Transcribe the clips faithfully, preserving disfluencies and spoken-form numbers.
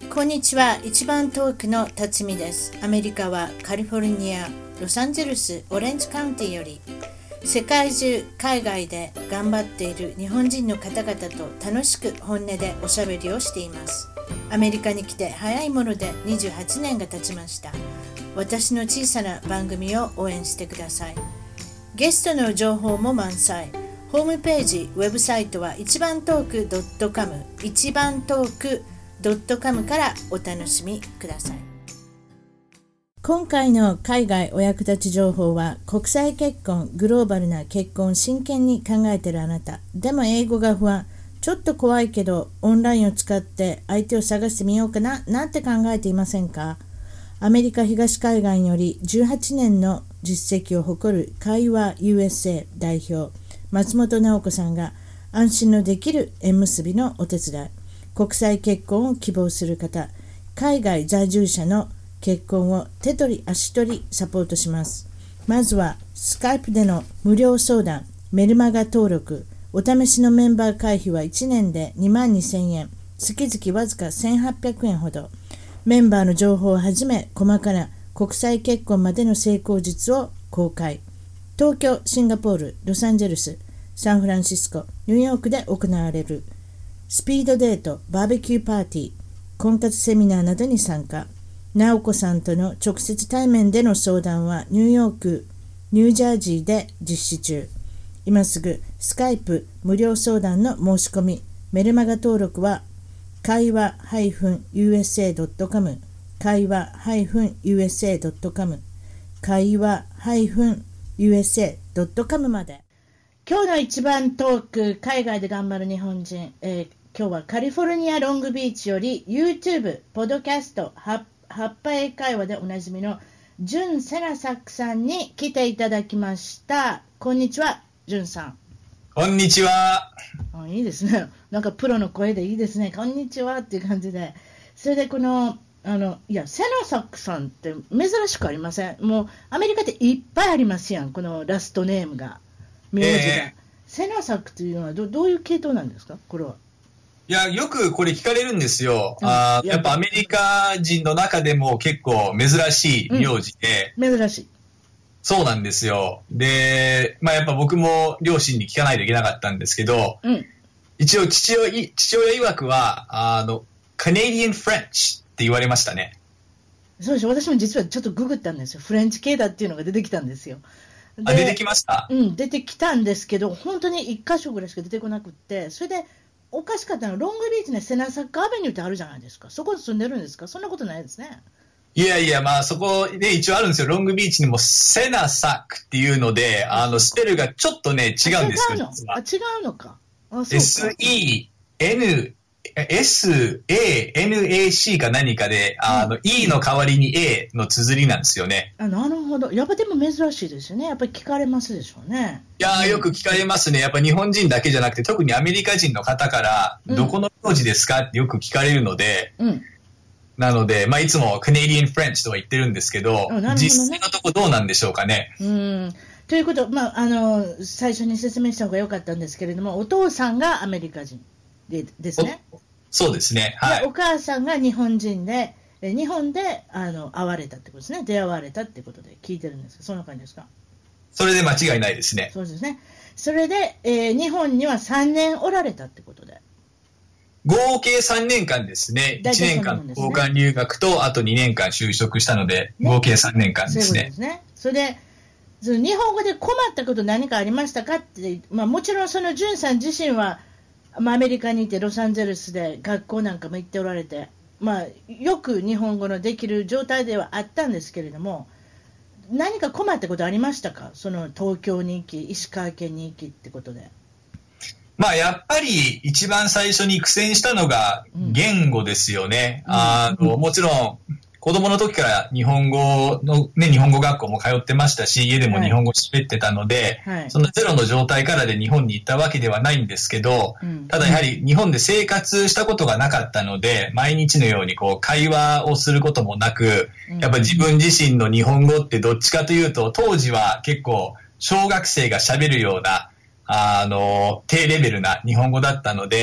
こんにちは。一番遠くの辰巳です。アメリカはカリフォルニア、ロサンゼルス、オレンジカウンティより世界中、海外で頑張っている日本人の方々と楽しく本音でおしゃべりをしています。アメリカに来て早いものでにじゅうはちねんが経ちました。私の小さな番組を応援してください。ゲストの情報も満載。ホームページ、ウェブサイトは一番トーク .com 一番トーク .com からお楽しみください。今回の海外お役立ち情報は、国際結婚、グローバルな結婚を真剣に考えているあなた、でも英語が不安、ちょっと怖いけどオンラインを使って相手を探してみようかななんて考えていませんか？アメリカ東海岸よりじゅうはちねんの実績を誇る会話 ユーエスエー 代表松本直子さんが、安心のできる縁結びのお手伝い、国際結婚を希望する方、海外在住者の結婚を手取り足取りサポートします。まずはスカイプでの無料相談、メルマガ登録、お試しのメンバー会費はいちねんでにまんにせんえん、月々わずかせんはっぴゃくえんほど。メンバーの情報をはじめ、細かな国際結婚までの成功術を公開。東京、シンガポール、ロサンゼルス、サンフランシスコ、ニューヨークで行われるスピードデート、バーベキューパーティー、婚活セミナーなどに参加。直子さんとの直接対面での相談はニューヨーク、ニュージャージーで実施中。今すぐスカイプ無料相談の申し込み、メルマガ登録は会話 ユーエスエー ドットコム 会話 ユーエスエー ドットコム 会話 ユーエスエー ドットコム まで。今日の一番トーク、海外で頑張る日本人、えー、今日はカリフォルニアロングビーチより YouTube、ポッドキャスト、葉っぱ英会話でおなじみのジュン・セナサックさんに来ていただきました。こんにちは、ジュンさん。 こんにちは。 あ、いいですね。なんかプロの声でいいですね。こんにちはっていう感じで。それでこの、あの、いや、セナサックさんって珍しくありません？もうアメリカっていっぱいありますやん、このラストネームが。名字が、えー、セナサックというのは ど, どういう系統なんですか、これは。 いや、よくこれ聞かれるんですよ。うん、あやっぱアメリカ人の中でも結構珍しい名字で、 うん、珍しい。 そうなんですよ。で、まあやっぱ僕も両親に聞かないといけなかったんですけど、うん、一応父親、父親曰くは、あの、Canadian French って言われましたね。 そうです。私も実はちょっとググったんですよ。フレンチ系だっていうのが出てきたんですよ。 あ、出てきました？ うん、出てきたんですけど、本当に一箇所ぐらいしか出てこなくって、それでおかしかったのは、ロングビーチにセナサックアベニューってあるじゃないですか。そこに住んでるんですか？そんなことないですね。 いやいや、まあそこで一応あるんですよ。ロングビーチにもセナサックっていうので、あのスペルがちょっとね違うんですよ。違うの？あ、違うのか。あ、そうか。 エスイーエヌエスエーエヌエーシー か何かで、あの、うん、E の代わりに A の綴りなんですよね。 あ、なるほど。やっぱでも珍しいですよね。やっぱり聞かれますでしょうね。 いやー、よく聞かれますね。やっぱ日本人だけじゃなくて、特にアメリカ人の方から、うん、どこの名字ですかってよく聞かれるので、うん、なので、まあ、いつも Canadian French とは言ってるんですけど、どね、実際のとこどうなんでしょうかね。 うん。ということ、まあ、あの、最初に説明した方が良かったんですけれども、お父さんがアメリカ人でですね。 そうですね。はい。 お母さんが日本人で、日本であの会われたってことですね。出会われたってことで聞いてるんですか？そんな感じですか？ それで間違いないですね。 そうですね。それで、えー、日本にはさんねんおられたってことで。 合計さんねんかんですね。いちねんかん交換留学と、あとにねんかん就職したので、ね、合計さんねんかんですね。 そういうことですね。それで、その日本語で困ったこと何かありましたかって、まあ、もちろんそのジュンさん自身は、まあ、アメリカにいてロサンゼルスで学校なんかも行っておられて、まあ、よく日本語のできる状態ではあったんですけれども、何か困ったことありましたか？その東京に行き、石川県に行きってことで。 まあ、やっぱり一番最初に苦戦したのが言語ですよね。うん、あの、もちろん子供の時から日本語のね、日本語学校も通ってましたし、家でも日本語喋ってたので、はいはい、そのゼロの状態からで日本に行ったわけではないんですけど、うん、ただやはり日本で生活したことがなかったので、毎日のようにこう会話をすることもなく、やっぱり自分自身の日本語ってどっちかというと、当時は結構小学生が喋るような、あの、低レベルな日本語だったので、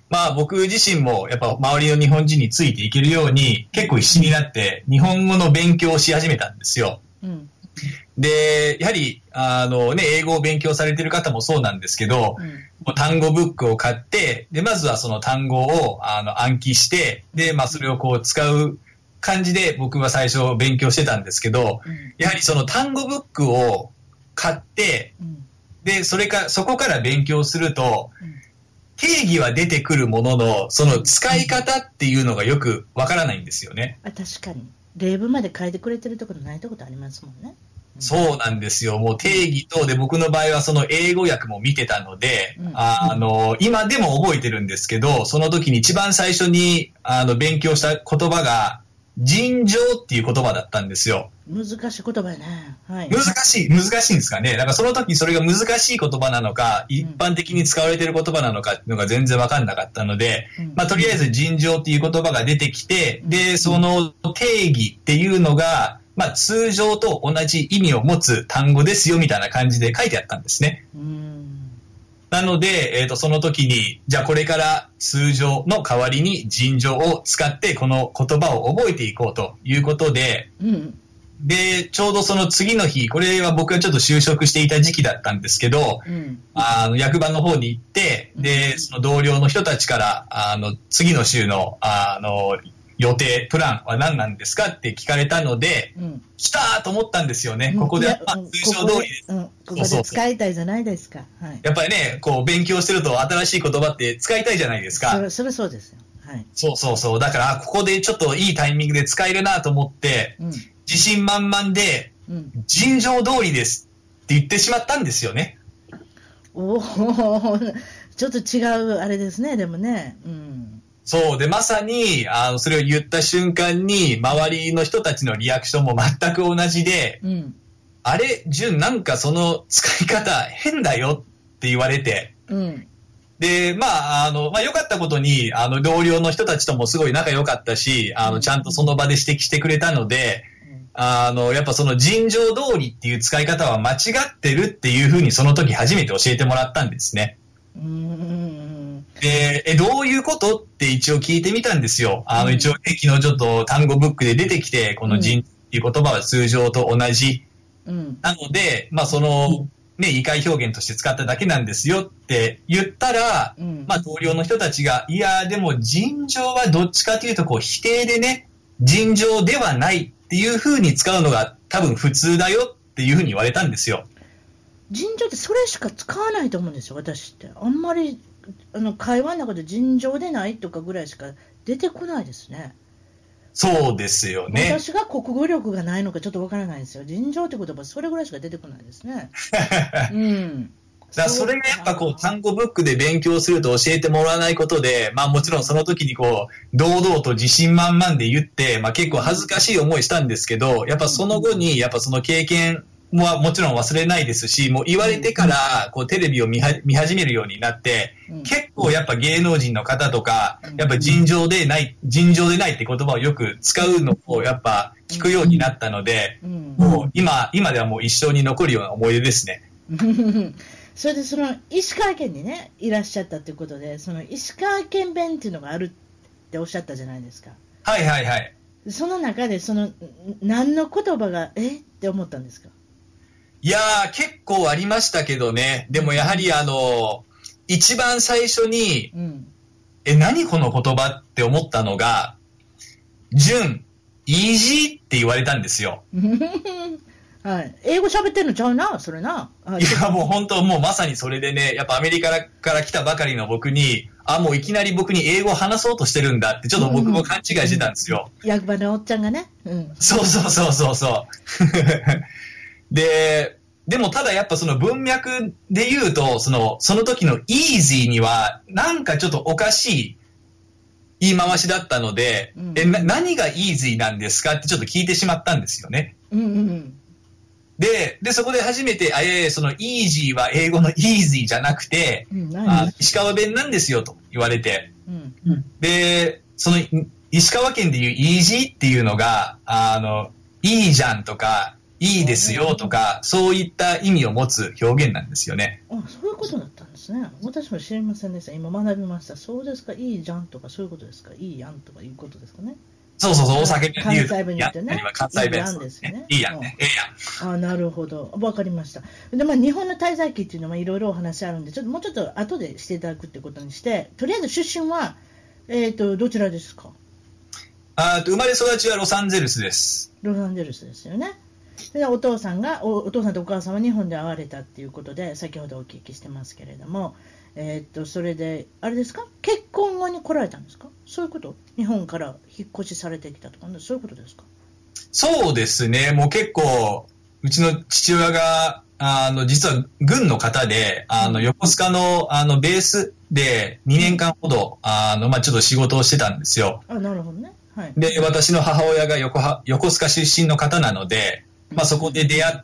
まあ僕自身もやっぱ周りの日本人についていけるように結構必死になって日本語の勉強をし始めたんですよ。うん、で、やはり、あのね、英語を勉強されている方もそうなんですけど、うん、もう単語ブックを買って、で、まずはその単語をあの暗記して、で、まあそれをこう使う感じで僕は最初勉強してたんですけど、うん、やはりその単語ブックを買って、うん、で、それか、そこから勉強すると、うん、定義は出てくるものの、その使い方っていうのがよくわからないんですよね。 あ、確かに。例文まで書いてくれてるところないところありますもんね。 うん、そうなんですよ。もう定義と、で、僕の場合はその英語訳も見てたので、うん、あの、今でも覚えてるんですけど、その時に一番最初に、あの、勉強した言葉が、尋常っていう言葉だったんですよ。 難しい言葉やね。はい。 難しい、難しいんですかね。だからその時それが難しい言葉なのか、うん、一般的に使われている言葉なのかっていうのが全然わかんなかったので、うん、まあとりあえず尋常っていう言葉が出てきて、うん、で、その定義っていうのが、まあ通常と同じ意味を持つ単語ですよみたいな感じで書いてあったんですね。うんなので、えっと、その時に、じゃあこれから通常の代わりに尋常を使ってこの言葉を覚えていこうということで、うん、で、ちょうどその次の日、これは僕がちょっと就職していた時期だったんですけど、うん、あの役場の方に行って、で、その同僚の人たちから、あの、次の週の、あの、予定、プランは何なんですかって聞かれたので、うん、来たーと思ったんですよね。ここで、まあ、通常通りです。 うん、ここで使いたいじゃないですか。はい、 やっぱりね、こう、勉強してると新しい言葉って使いたいじゃないですか。 それ、それそうですよ。はい。 そうそうそう。だから、ここでちょっといいタイミングで使えるなと思って、うん、自信満々で、うん、尋常通りですって言ってしまったんですよね。 おお、ちょっと違うあれですね、でもね。うんそう。で、まさに、あの、それを言った瞬間に、周りの人たちのリアクションも全く同じで、うん、あれ、純なんかその使い方変だよって言われて、うん、で、まあ、あの、まあ、良かったことに、あの、同僚の人たちともすごい仲良かったし、あの、ちゃんとその場で指摘してくれたので、うん、あの、やっぱその尋常通りっていう使い方は間違ってるっていうふうにその時初めて教えてもらったんですね。うんで、え、どういうことって一応聞いてみたんですよ。あの、一応、昨日ちょっと単語ブックで出てきて、この人っていう言葉は通常と同じ。うん、なので、まあ、その、ね、異界表現として使っただけなんですよって言ったら、うん、まあ、同僚の人たちが、いや、でも尋常はどっちかというと、こう、否定でね、尋常ではないっていう風に使うのが多分普通だよっていう風に言われたんですよ。 尋常ってそれしか使わないと思うんですよ、私って。あんまり、あの会話の中で尋常でないとかぐらいしか出てこないですね。 そうですよね。 私が国語力がないのかちょっとわからないんですよ。尋常って言葉それぐらいしか出てこないですね。うん。 だからそれがやっぱこう単語ブックで勉強すると教えてもらわないことで、まあもちろんその時にこう堂々と自信満々で言って、まあ結構恥ずかしい思いしたんですけど、やっぱその後にやっぱその経験ももちろん忘れないですし、もう言われてからこうテレビを見は見始めるようになって、うん、結構やっぱ芸能人の方とか、やっぱ尋常でない、尋常でないって言葉をよく使うのをやっぱ聞くようになったので、うん、もう今、今ではもう一生に残るような思い出ですね。 それでその石川県にね、いらっしゃったということで、その石川県弁っていうのがあるっておっしゃったじゃないですか。 はいはいはい。 その中でその何の言葉がえって思ったんですか？ いやー、結構ありましたけどね。でもやはりあの、一番最初に、うん、え、何この言葉って思ったのが、純、イージーって言われたんですよ。 はい。英語喋ってんのちゃうな、それな。 いや、もう本当、もうまさにそれでね、やっぱアメリカから来たばかりの僕に、あ、もういきなり僕に英語を話そうとしてるんだって、ちょっと僕も勘違いしてたんですよ。 うん、役場のおっちゃんがね。うん、 そうそうそうそうそう。で、でもただやっぱその文脈で言うと、その、その時の easy にはなんかちょっとおかしい言い回しだったので、うん、えな、何が easy なんですかってちょっと聞いてしまったんですよね。うんうんうん、で、で、そこで初めて、あ、いやいや、その easy は英語の easy じゃなくて、うん、あ石川弁なんですよと言われて、うんうん、で、その石川県でいう easy っていうのが、あの、いいじゃんとか、いいですよとか、そういった意味を持つ表現なんですよね。 あ、そういうことだったんだ。 ですね。私も知りませんでした。今学びました。そうですか、いいじゃんとかそういうことですか、いいやんとかいうことですかね。 そうそうそう、大阪弁で言うと。 関西弁に言ってね。 関西弁いいやんですね。 いいやんね。ええやん。 あ、なるほど。わかりました。で、まあ、日本の滞在期っていうのはいろいろお話あるんで、ちょっともうちょっと後でしていただくってことにして、とりあえず出身は、えっと、どちらですか？ あと生まれ育ちはロサンゼルスです。 ロサンゼルスですよね。で、お父さんがお、お父さんとお母さんは日本で会われたっていうことで、先ほどお聞きしてますけれども、えー、っとそれで、あれですか、結婚後に来られたんですか、そういうこと、日本から引っ越しされてきたとか、そういうことですか？ そうですね、もう結構、うちの父親が、あの実は軍の方で、あの横須賀の、あのベースでにねんかんほど、あのまあ、ちょっと仕事をしてたんですよ。 あ、なるほどね。はい、 で、私の母親が 横, は横須賀出身の方なので、まあ、そこで出会って、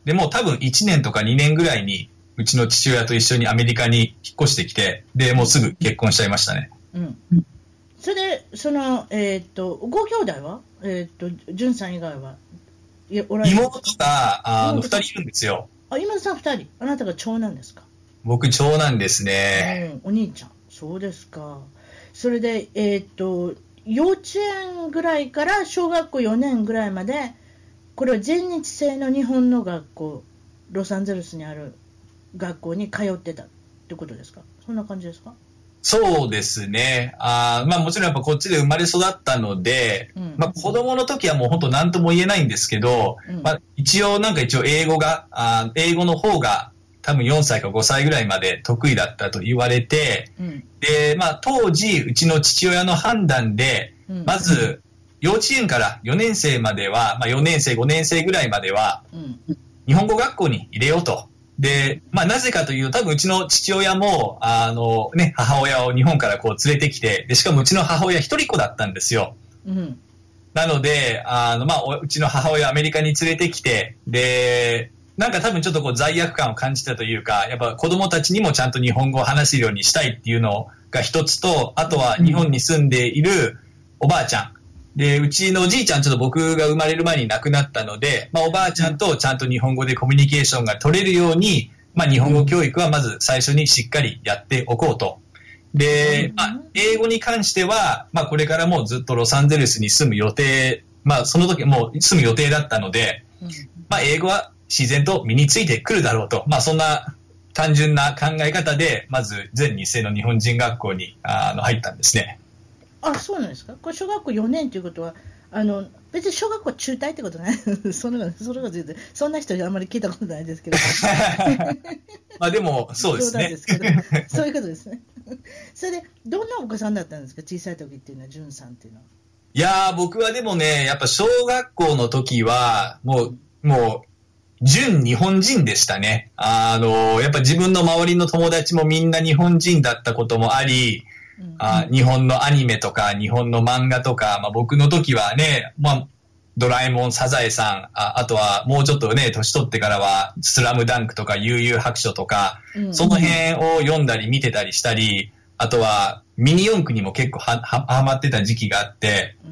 でもう多分いちねんとかにねんぐらいに、うちの父親と一緒にアメリカに引っ越してきて、で、もうすぐ結婚しちゃいましたね。 うん。それで、その、えー、っと、ご兄弟はえー、っと、淳さん以外はいやおられるんですか？ 妹が、あの、二人いるんですよ。 あ、妹さん二人。あなたが長男ですか？ 僕、長男ですね。 うん、お兄ちゃん。そうですか。それで、えー、っと、幼稚園ぐらいから小学校よねんぐらいまで、これは全日制の日本の学校、ロサンゼルスにある学校に通ってたってことですか？そんな感じですか？ そうですね。あまあもちろんやっぱこっちで生まれ育ったので、うん、まあ子供の時はもう本当何とも言えないんですけど、うん、まあ一応なんか一応英語が、あ英語の方が多分よんさいかごさいぐらいまで得意だったと言われて、うん、で、まあ当時うちの父親の判断で、うん、まず幼稚園からよねんせいまでは、まあよねんせいごねんせいぐらいまでは、日本語学校に入れようと。で、まあなぜかというと、多分うちの父親も、あのね、母親を日本からこう連れてきて、で、しかもうちの母親一人っ子だったんですよ。うん、なので、あの、まあ、うちの母親をアメリカに連れてきて、で、なんか多分ちょっとこう罪悪感を感じたというか、やっぱ子供たちにもちゃんと日本語を話せるようにしたいっていうのが一つと、あとは日本に住んでいるおばあちゃん。で、うちのおじいちゃん、ちょっと僕が生まれる前に亡くなったので、まあ、おばあちゃんとちゃんと日本語でコミュニケーションが取れるように、まあ、日本語教育はまず最初にしっかりやっておこうと。で、まあ、英語に関しては、まあ、これからもうずっとロサンゼルスに住む予定、まあ、その時もう住む予定だったので、まあ、英語は自然と身についてくるだろうと。まあ、そんな単純な考え方で、まず全日制の日本人学校にあの入ったんですね。 あ、そうなんですか。これ小学校よねんということは、あの別に小学校中退ってことないそれがそれが全然そんな人あんまり聞いたことないですけどまあでもそうですねですけどそういうことですねそれでどんなお子さんだったんですか、小さい時っていうのは、淳さんっていうのは。 いやー、僕はでもね、やっぱ小学校の時はもうもう純日本人でしたね。あのやっぱ自分の周りの友達もみんな日本人だったこともあり、あ日本のアニメとか日本の漫画とか、まあ、僕の時はね、まあ、ドラえもん、サザエさん、あ、あとはもうちょっとね、年取ってからはスラムダンクとか悠々白書とか、うん、その辺を読んだり見てたりしたり、あとはミニ四駆にも結構は、は、はまってた時期があって、うん、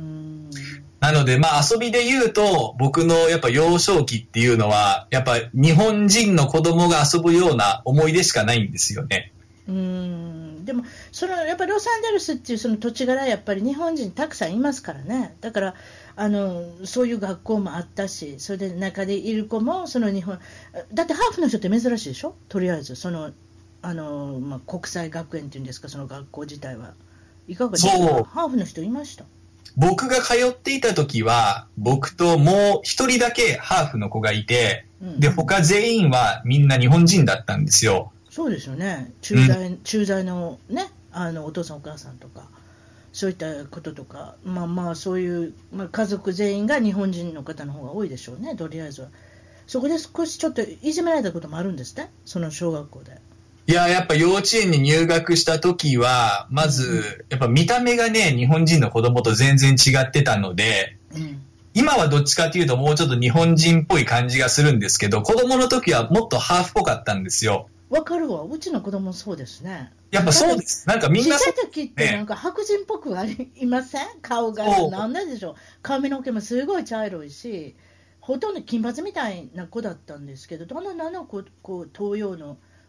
なのでまあ遊びで言うと僕のやっぱ幼少期っていうのはやっぱ日本人の子供が遊ぶような思い出しかないんですよね。 うーん、でもそのやっぱりロサンゼルスっていうその土地柄やっぱり日本人たくさんいますからね。だからあのそういう学校もあったし、それで中でいる子もその日本だってハーフの人って珍しいでしょ。とりあえずそのあの、まあ、国際学園っていうんですか、その学校自体はいかがですか。そう、ハーフの人いました。 僕が通っていた時は僕ともう一人だけハーフの子がいて、うん、で他全員はみんな日本人だったんですよ。 そうですよね。駐在、うん、駐在のね、あのお父さんお母さんとかそういったこととか、まあまあそういう、まあ、家族全員が日本人の方の方が多いでしょうね。とりあえずはそこで少しちょっといじめられたこともあるんですね、その小学校で。 いややっぱ幼稚園に入学した時はまずやっぱ見た目がね日本人の子供と全然違ってたので、うん、今はどっちかというともうちょっと日本人っぽい感じがするんですけど、子供の時はもっとハーフっぽかったんですよ。 わかるわ、うちの子供そうですね。 やっぱそうです。なんかみんな小さい時ってなんか白人っぽくありいません？顔がなんででしょう。髪の毛もすごい茶色いし、ほとんど金髪みたいな子だったんですけど、だんだんだんだんこう、こう東洋の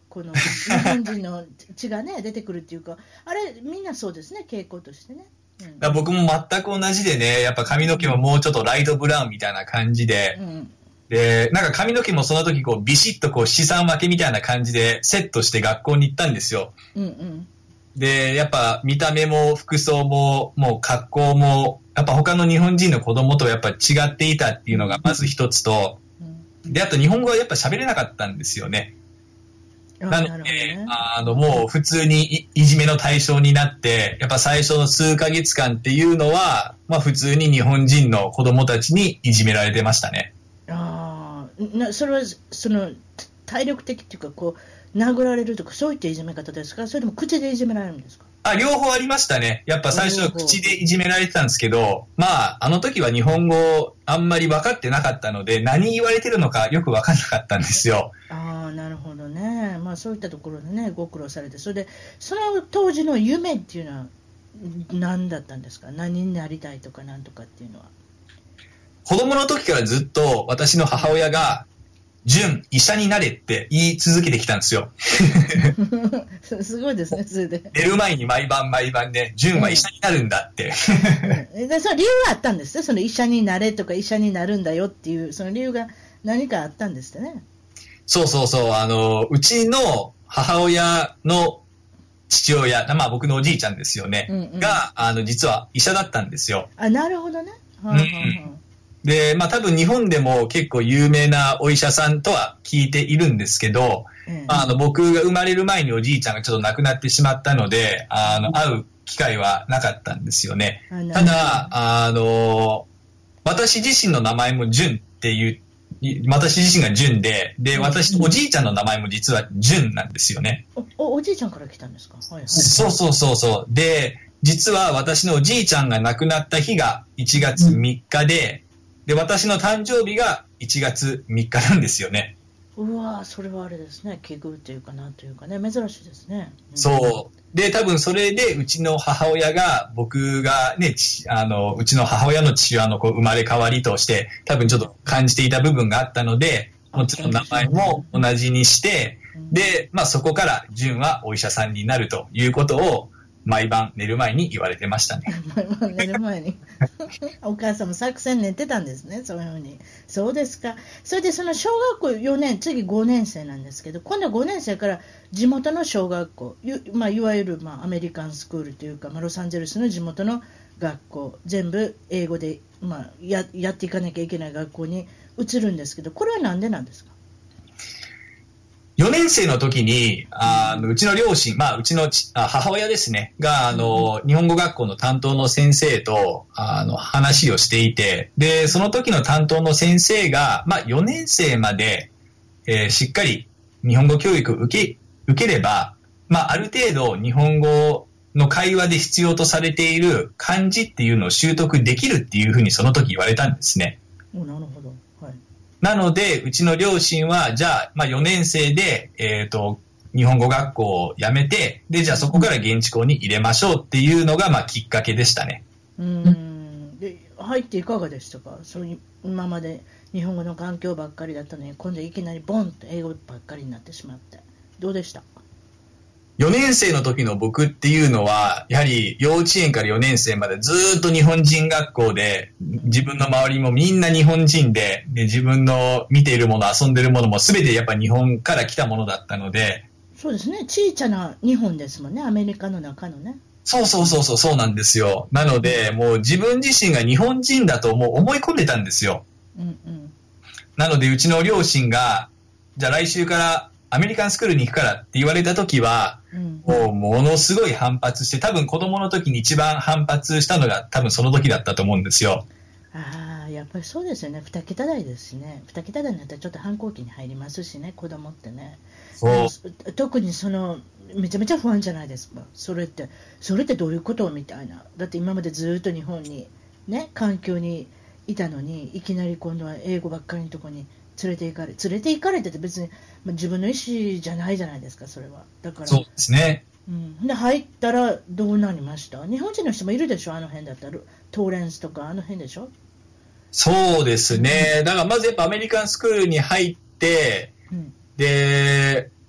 この日本人の血がね出てくるっていうか、あれみんなそうですね、傾向としてね。 うん、僕も全く同じでね、やっぱ髪の毛ももうちょっとライトブラウンみたいな感じで、うん、で、なんか髪の毛もその時こうビシッとこう資産分けみたいな感じでセットして学校に行ったんですよ。うんうん、で、やっぱ見た目も服装ももう格好もやっぱ他の日本人の子供とやっぱ違っていたっていうのがまず一つと、で、あと日本語はやっぱ喋れなかったんですよね。なので、ね、あの、もう普通に い, いじめの対象になって、やっぱ最初の数ヶ月間っていうのは、まあ普通に日本人の子供たちにいじめられてましたね。 ああ、なそれは、その、体力的っていうか、こう、殴られるとか、そういったいじめ方ですか？それとも口でいじめられるんですか？ あ、両方ありましたね。やっぱ最初は口でいじめられてたんですけど、まあ、あの時は日本語あんまり分かってなかったので、何言われてるのかよく分かんなかったんですよ。 ああ、なるほどね。まあそういったところでね、ご苦労されて、それで、その当時の夢っていうのは何だったんですか？何になりたいとかなんとかっていうのは。 子供の時からずっと私の母親が、純、医者になれって言い続けてきたんですよ。 すごいですね、それで。 寝る前に毎晩毎晩ね、純は医者になるんだって。 うん、でその理由があったんですね、その医者になれとか医者になるんだよっていう、その理由が何かあったんですってね。 そうそうそう、あの、うちの母親の父親、まあ僕のおじいちゃんですよね、うんうん、が、あの、実は医者だったんですよ。 あ、なるほどね。はあはあはあ、 で、まあ多分日本でも結構有名なお医者さんとは聞いているんですけど、うん、あの僕が生まれる前におじいちゃんがちょっと亡くなってしまったので、あの、会う機会はなかったんですよね。ただ、あの、私自身の名前も純っていう、私自身が純で、で、私のおじいちゃんの名前も実は純なんですよね。 お、お、おじいちゃんから来たんですか？はいはい、 そうそうそうそう。で、実は私のおじいちゃんが亡くなった日がいちがつみっかで、うんで、私の誕生日がいちがつみっかなんですよね。 うわぁ、それはあれですね。奇遇というかなんというかね、珍しいですね。 うん、そう。で、多分それでうちの母親が、僕がね、あの、うちの母親の父親のこう生まれ変わりとして、多分ちょっと感じていた部分があったので、もちろん名前も同じにして、で、まあそこから純はお医者さんになるということを、毎晩寝る前に言われてましたね。 毎晩寝る前にお母さんも作戦練ってたんですね、そういうふうに。そうですか。それでその小学校よねん、次ごねん生なんですけど、今度はごねん生から地元の小学校、まあ、いわゆるまあアメリカンスクールというか、まあ、ロサンゼルスの地元の学校、全部英語で、まあ、や, やっていかなきゃいけない学校に移るんですけど、これはなんでなんですか？ よねん生の時に、あの、うちの両親、まあ、うちのあ母親ですね、が、あの、日本語学校の担当の先生と、あの、話をしていて、で、その時の担当の先生が、まあ、よねん生まで、えー、しっかり日本語教育を受け、受ければ、まあ、ある程度日本語の会話で必要とされている漢字っていうのを習得できるっていうふうにその時言われたんですね。 お、なるほど。はい。 なので、うちの両親は、じゃあ、まあよねん生で、えっと、日本語学校を辞めて、で、じゃあそこから現地校に入れましょうっていうのが、まあきっかけでしたね。 うーん。で、入っていかがでしたか？そういう、今まで日本語の環境ばっかりだったのに、今度いきなりボンと英語ばっかりになってしまって。どうでした？ よねん生の時の僕っていうのは、やはり幼稚園からよねん生までずーっと日本人学校で、自分の周りもみんな日本人で、で自分の見ているもの、遊んでいるものも全てやっぱ日本から来たものだったので。 そうですね。小さな日本ですもんね。アメリカの中のね。 そうそうそうそう、そうなんですよ。なので、もう自分自身が日本人だともう思い込んでたんですよ。うんうん。なので、うちの両親が、じゃあ来週からアメリカンスクールに行くからって言われたときは、うん、もうものすごい反発して、多分子供の時に一番反発したのが多分その時だったと思うんですよ。 ああ、やっぱりそうですよね。二桁台ですしね。二桁台になったらちょっと反抗期に入りますしね、子供ってね。そう特にそのめちゃめちゃ不安じゃないですか。それってそれってどういうことみたいな。だって今までずっと日本にね環境にいたのに、いきなり今度は英語ばっかりのところに連れて行かれ連れて行かれてて、別に、まあ、自分の意思じゃないじゃないですか、それは。だからそうですね。 うん、で入ったらどうなりました？日本人の人もいるでしょ、あの辺だったら。トーレンスとかあの辺でしょ。 そうですね。だからまずやっぱアメリカンスクールに入って、うん、で、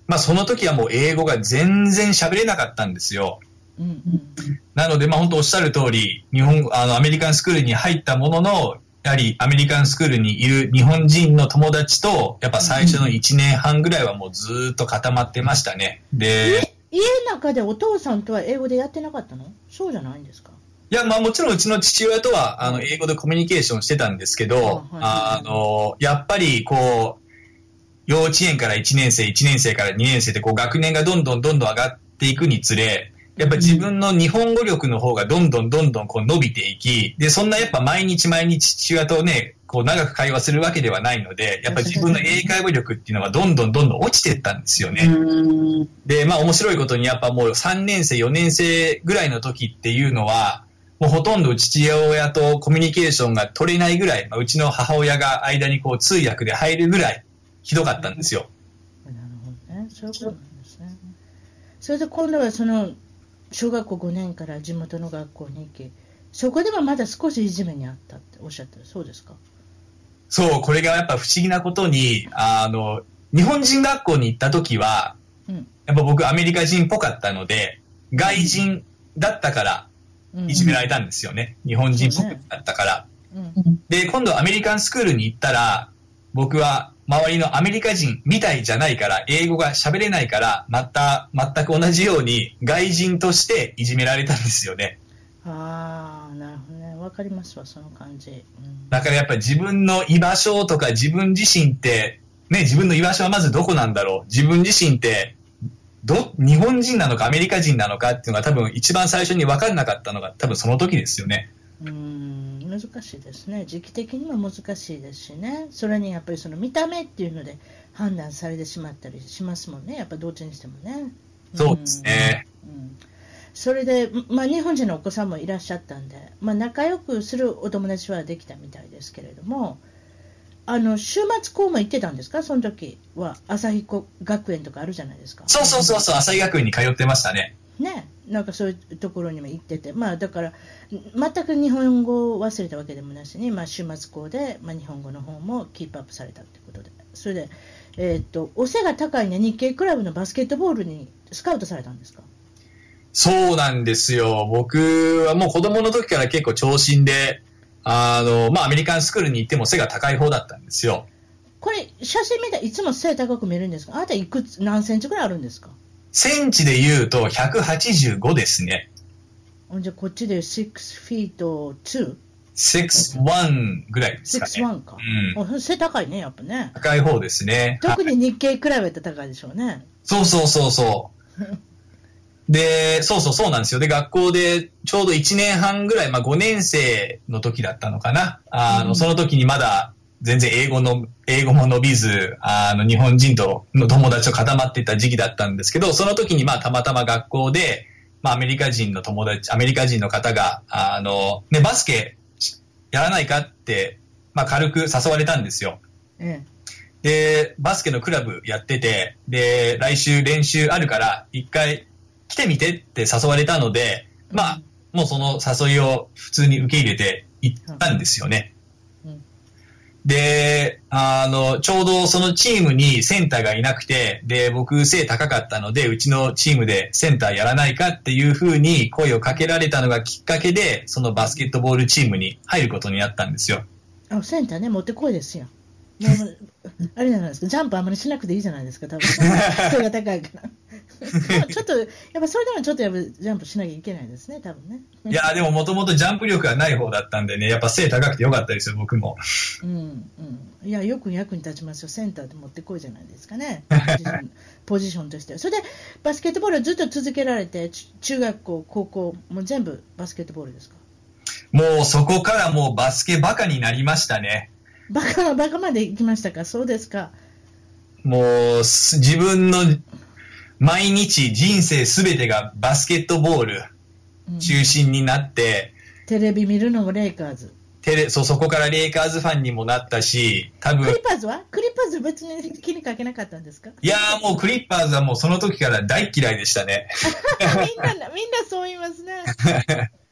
まあその時はもう英語が全然喋れなかったんですよ。 うんうん、 なので、まあ本当おっしゃる通り、日本、あの、アメリカンスクールに入ったものの、やはりアメリカンスクールにいる日本人の友達と、やっぱ最初のいちねんはんぐらいはもうずーっと固まってましたね。で、 家の中でお父さんとは英語でやってなかったの？そうじゃないんですか？ いや、まあもちろんうちの父親とは、あの、英語でコミュニケーションしてたんですけど、 あ、はいはいはい、 あの、やっぱりこう、幼稚園からいちねん生、いちねん生からにねん生でこう学年がどんどんどんどん上がっていくにつれ、やっぱり自分の日本語力の方がどんどんどんどんこう伸びていき、で、そんなやっぱ毎日毎日父親とね、こう長く会話するわけではないので、やっぱり自分の英会話力っていうのがどんどんどんどん落ちていったんですよね。で、まあ面白いことにやっぱもうさんねん生、よねん生ぐらいの時っていうのは、もうほとんど父親とコミュニケーションが取れないぐらい、まあ、うちの母親が間にこう通訳で入るぐらいひどかったんですよ。 なるほどね。そういうことなんですね。それで今度はその小学校ごねんから地元の学校に行き、そこでもまだ少しいじめにあったっておっしゃったらそうですか？ そう、これがやっぱ不思議なことに、あの、日本人学校に行った時は、うん、やっぱ僕アメリカ人っぽかったので、外人だったからいじめられたんですよね。うん、日本人っぽくだったから、うん。で、今度アメリカンスクールに行ったら、僕は周りのアメリカ人みたいじゃないから、英語が喋れないから、また、全く同じように外人としていじめられたんですよね。 ああ、なるほどね。わかりますわ、その感じ。うん、 だからやっぱり自分の居場所とか自分自身って、ね、自分の居場所はまずどこなんだろう。自分自身って、ど、日本人なのかアメリカ人なのかっていうのが多分一番最初に分からなかったのが多分その時ですよね。 うーん、難しいですね。時期的にも難しいですしね。それにやっぱりその見た目っていうので判断されてしまったりしますもんね。やっぱどっちにしてもね。 そうですね。 うんうん、それで、まあ、日本人のお子さんもいらっしゃったんで、まあ、仲良くするお友達はできたみたいですけれども、あの週末校も行ってたんですか？その時は朝日学園とかあるじゃないですか。 そうそうそうそう、朝日学園に通ってましたね。 ね、なんかそういうところにも行ってて、まあだから全く日本語を忘れたわけでもなしに、まあ、週末校で、まあ、日本語の方もキープアップされたってことで、それで、えー、っとお背が高いね、日系クラブのバスケットボールにスカウトされたんですか？ そうなんですよ。僕はもう子供の時から結構長身で、あの、まあ、アメリカンスクールに行っても背が高い方だったんですよ。 これ、写真見たらいつも背高く見えるんですか？あなたいくつ、何センチぐらいあるんですか？ センチで言うとひゃくはちじゅうごですね。 じゃあこっちでろくフィートに？ ろくじゅういちぐらいですかね。 ろくじゅういちか。うん。背高いね、やっぱね。 高い方ですね。 特に日系クラブって高いでしょうね。 そうそうそうそう。で、そうそうそうなんですよ。で、学校でちょうどいちねんはんぐらい、まあごねん生の時だったのかな。あの、うん、その時にまだ全然英語の、英語も伸びず、あの、日本人との友達と固まっていた時期だったんですけど、その時にまあたまたま学校で、まあアメリカ人の友達、アメリカ人の方が、あの、ね、バスケやらないかって、まあ軽く誘われたんですよ。うん、で、バスケのクラブやってて、で、来週練習あるから一回来てみてって誘われたので、まあ、もうその誘いを普通に受け入れて行ったんですよね。うんうん、で、あの、ちょうどそのチームにセンターがいなくて、で、僕背高かったので、うちのチームでセンターやらないかっていう風に声をかけられたのがきっかけで、そのバスケットボールチームに入ることになったんですよ。 あ、センターね、持ってこいですよ。あれじゃないですか、ジャンプあんまりしなくていいじゃないですか、多分背が高いから。ちょっと、やっぱそれでもちょっとやっぱジャンプしなきゃいけないですね、多分ね。 いや、でももともとジャンプ力がない方だったんでね、やっぱ背高くてよかったですよ、僕も。 うんうん。いや、よく役に立ちますよ、センターで持ってこいじゃないですかね、ポジション、ポジションとしては。それで、バスケットボールはずっと続けられて、中学校、高校、もう全部バスケットボールですか？ もうそこからもうバスケバカになりましたね。 バカ、バカまで行きましたか？そうですか。 もう、自分の毎日人生すべてがバスケットボール中心になって、 うん、テレビ見るのもレイカーズ。 テレ、そう、そこからレイカーズファンにもなったし、多分。 クリッパーズはクリッパーズは別に気にかけなかったんですか？ いやーもうクリッパーズはもうその時から大嫌いでしたね。 みんな、みんなそう言いますね。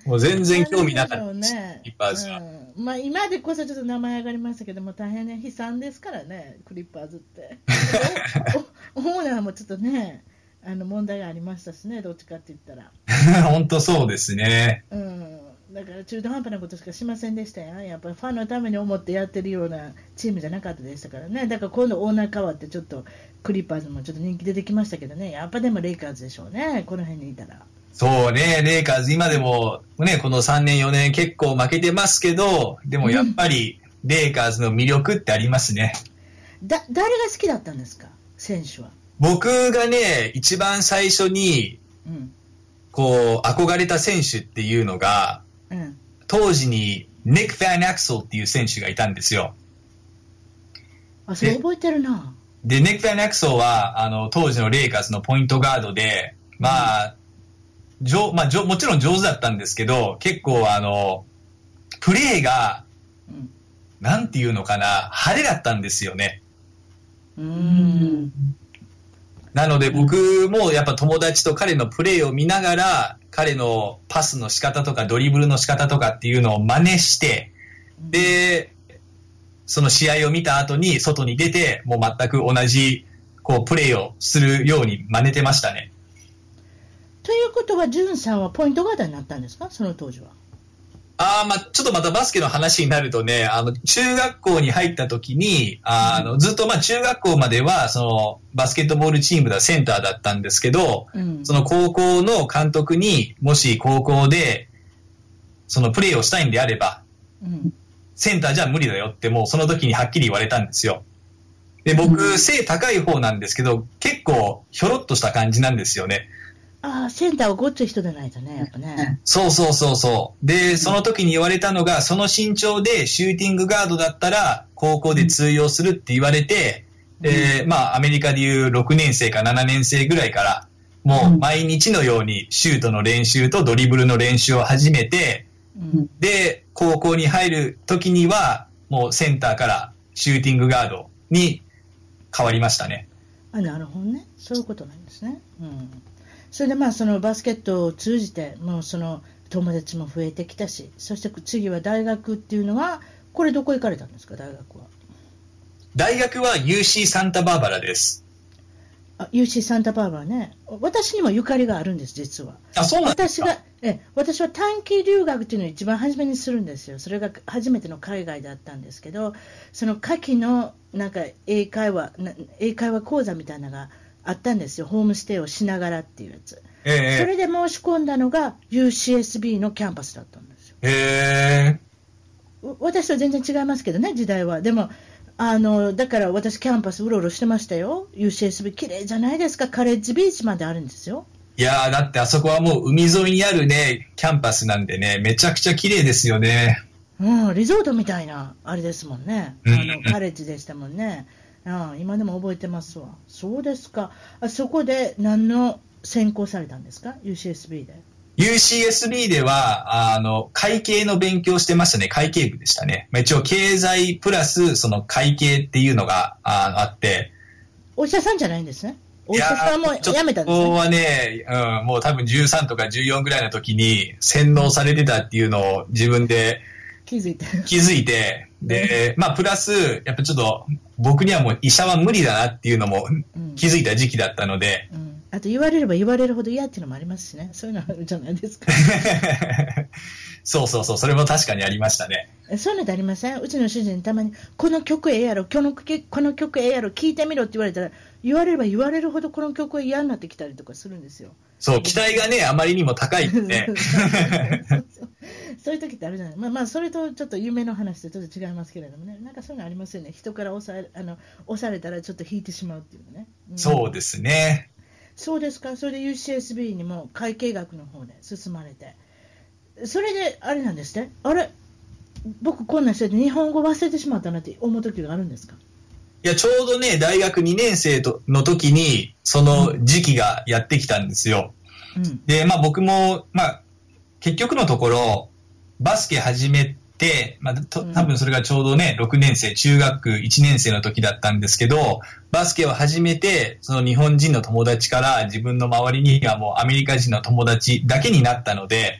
もう全然興味なかったです、 ね、クリッパーズは。 うん、まあ、今でこそちょっと名前上がりましたけども、大変ね、悲惨ですからね、クリッパーズって。オーナーもちょっとね、あの問題がありましたしね、どっちかって言ったら。 本当そうですね。 うん、だから中途半端なことしかしませんでしたよ。やっぱりファンのために思ってやってるようなチームじゃなかったでしたからね。だから今度オーナー変わってちょっとクリッパーズもちょっと人気出てきましたけどね。やっぱでもレイカーズでしょうね、この辺にいたら。 そうね、レイカーズ今でもね、このさんねんよねん結構負けてますけど、でもやっぱりレイカーズの魅力ってありますね。 うん、だ誰が好きだったんですか、選手は。 僕がね、一番最初に、うん、こう、憧れた選手っていうのが、うん、当時に、ニック・ファン・アクセルっていう選手がいたんですよ。 あ、それ覚えてるな。 で、ニック・ファン・アクセルは、あの、当時のレイカーズのポイントガードで、まあ、うん、じょまあ、じょもちろん上手だったんですけど、結構、あの、プレーが、うん、なんていうのかな、派手だったんですよね。 うーん。 なので僕もやっぱ友達と彼のプレーを見ながら、彼のパスの仕方とかドリブルの仕方とかっていうのを真似して、で、その試合を見た後に外に出て、もう全く同じこうプレーをするように真似てましたね。 ということは、ジュンさんはポイントガードになったんですか、その当時は。 あまあ、ちょっとまたバスケの話になるとね、あの、中学校に入った時に、あの、ずっとまあ中学校までは、その、バスケットボールチームではセンターだったんですけど、うん、その高校の監督にもし高校で、そのプレーをしたいんであれば、うん、センターじゃ無理だよってもうその時にはっきり言われたんですよ。で、僕、うん、背高い方なんですけど、結構ひょろっとした感じなんですよね。 ああ、センターはごっつい人じゃないとね、やっぱね。 そうそうそうそう。で、その時に言われたのが、その身長でシューティングガードだったら、高校で通用するって言われて、うん、で、まあ、アメリカでいうろくねん生かななねん生ぐらいから、もう毎日のようにシュートの練習とドリブルの練習を始めて、うん、で、高校に入る時には、もうセンターからシューティングガードに変わりましたね。 あ、なるほどね。そういうことなんですね。うん。それでまあそのバスケットを通じてもうその友達も増えてきたし、そして次は大学っていうのは、これどこ行かれたんですか、大学は。 大学は ユーシー サンタバーバラです。 あ、ユーシー サンタバーバラね。私にもゆかりがあるんです、実は。 あ、そうなんですか。 私がえ私は短期留学っていうのを一番初めにするんですよ。それが初めての海外だったんですけど、その夏季のなんか英会話英会話講座みたいなのがあったんですよ。ホームステイをしながらっていうやつ、えー、それで申し込んだのが ユーシーエスビー のキャンパスだったんですよ。 へー。私と全然違いますけどね、時代は。でもあのだから私キャンパスうろうろしてましたよ。 ユーシーエスビー 綺麗じゃないですか。カレッジビーチまであるんですよ。 いやー、だってあそこはもう海沿いにあるねキャンパスなんでね、めちゃくちゃ綺麗ですよね。 うん、リゾートみたいなあれですもんね。あのカレッジでしたもんね。ああ、今でも覚えてますわ。そうですか。あそこで何の専攻されたんですか、 ユーシーエスビー で。 ユーシーエスビー ではあの会計の勉強してましたね。会計部でしたね。一応経済プラスその会計っていうのが あ, あってお医者さんじゃないんですね。お医者さんも辞めたんですね。 ここはね、うん、もう多分じゅうさんとかじゅうよんぐらいの時に洗脳されてたっていうのを自分で気づいて気づいてで、まあプラスやっぱちょっと僕にはもう医者は無理だなっていうのも気づいた時期だったので、 うんうん、あと言われれば言われるほど嫌っていうのもありますしね。そういうのあるじゃないですか。 そうそうそう、それも確かにありましたね。 そういうのってありません？うちの主人にたまにこの曲ええやろ、このこの曲ええやろ、聴いてみろって言われたら、言われれば言われるほどこの曲は嫌になってきたりとかするんですよ。 そう、期待がねあまりにも高いんでそういう時ってあるじゃない。まあまあそれとちょっと夢の話とちょっと違いますけれどもね。なんかそういうのありますよね。人から押さえあの押されたらちょっと引いてしまうっていうね、 うん、そうですね。 そうですか。それで ユーシーエスビー にも会計学の方で進まれて、それであれなんですね。あれ、僕こんな人で日本語忘れてしまったなって思う時があるんですか？ いや、ちょうどね大学にねん生の時にその時期がやってきたんですよ、うん、でまあ僕もまあ結局のところバスケ始めて、まあ、と多分それがちょうどねろくねん生中学いちねん生の時だったんですけど、バスケを始めてその日本人の友達から自分の周りにはもうアメリカ人の友達だけになったので、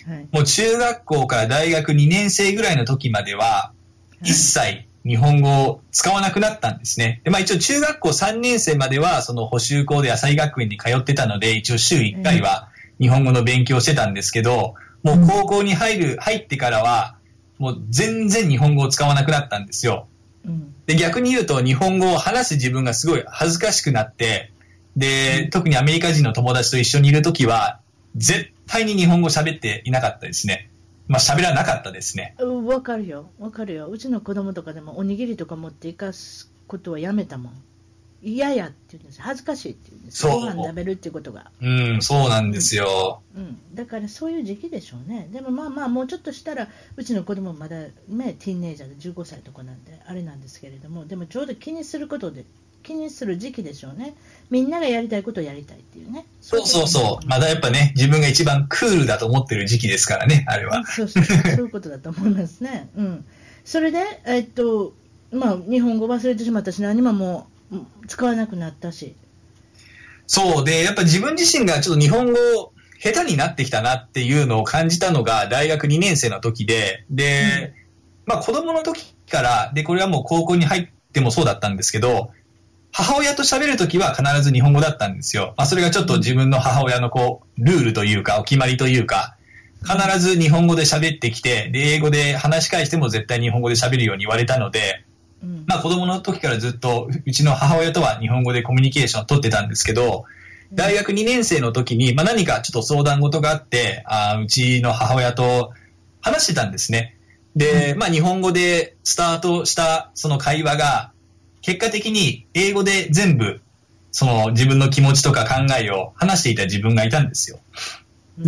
はい、 もう中学校から大学にねん生ぐらいの時までは、一切日本語を使わなくなったんですね。で、まあ一応中学校さんねん生までは、その補習校で朝日学園に通ってたので、一応週いっかいは日本語の勉強をしてたんですけど、もう高校に入る、入ってからは、もう全然日本語を使わなくなったんですよ。で、逆に言うと日本語を話す自分がすごい恥ずかしくなって、で、特にアメリカ人の友達と一緒にいるときは、絶対に日本語喋っていなかったですね。まあ喋らなかったですね。 わかるよ、わかるよ。うちの子供とかでもおにぎりとか持っていかすことはやめたもん。嫌やって言うんです。恥ずかしいって言うんです。ご飯食べるっていうことが。 うん、そうなんですよ、 うんうん。だからそういう時期でしょうね。でもまあまあもうちょっとしたら、うちの子供まだね、ティーンエイジャーでじゅうごさいとかなんで、あれなんですけれども、でもちょうど気にすることで、気にする時期でしょうね。みんながやりたいことをやりたいっていうね。 そうそうそう。まだやっぱね、自分が一番クールだと思ってる時期ですからね、あれは。 そうそうそう、そういうことだと思いますね。うん。それで、えっと、まあ、日本語忘れてしまったし、何ももう、使わなくなったし。 そうで、やっぱ自分自身がちょっと日本語下手になってきたなっていうのを感じたのが大学にねん生の時で、で、うん、まあ子供の時から、で、これはもう高校に入ってもそうだったんですけど、母親と喋る時は必ず日本語だったんですよ。まあそれがちょっと自分の母親のこう、ルールというか、お決まりというか、必ず日本語で喋ってきて、で、英語で話し返しても絶対日本語で喋るように言われたので、まあ子供の時からずっとうちの母親とは日本語でコミュニケーションを取ってたんですけど、大学にねん生の時に、まあ何かちょっと相談事があって、あうちの母親と話してたんですね。で、まあ日本語でスタートしたその会話が、結果的に英語で全部その自分の気持ちとか考えを話していた自分がいたんですよ。 うん、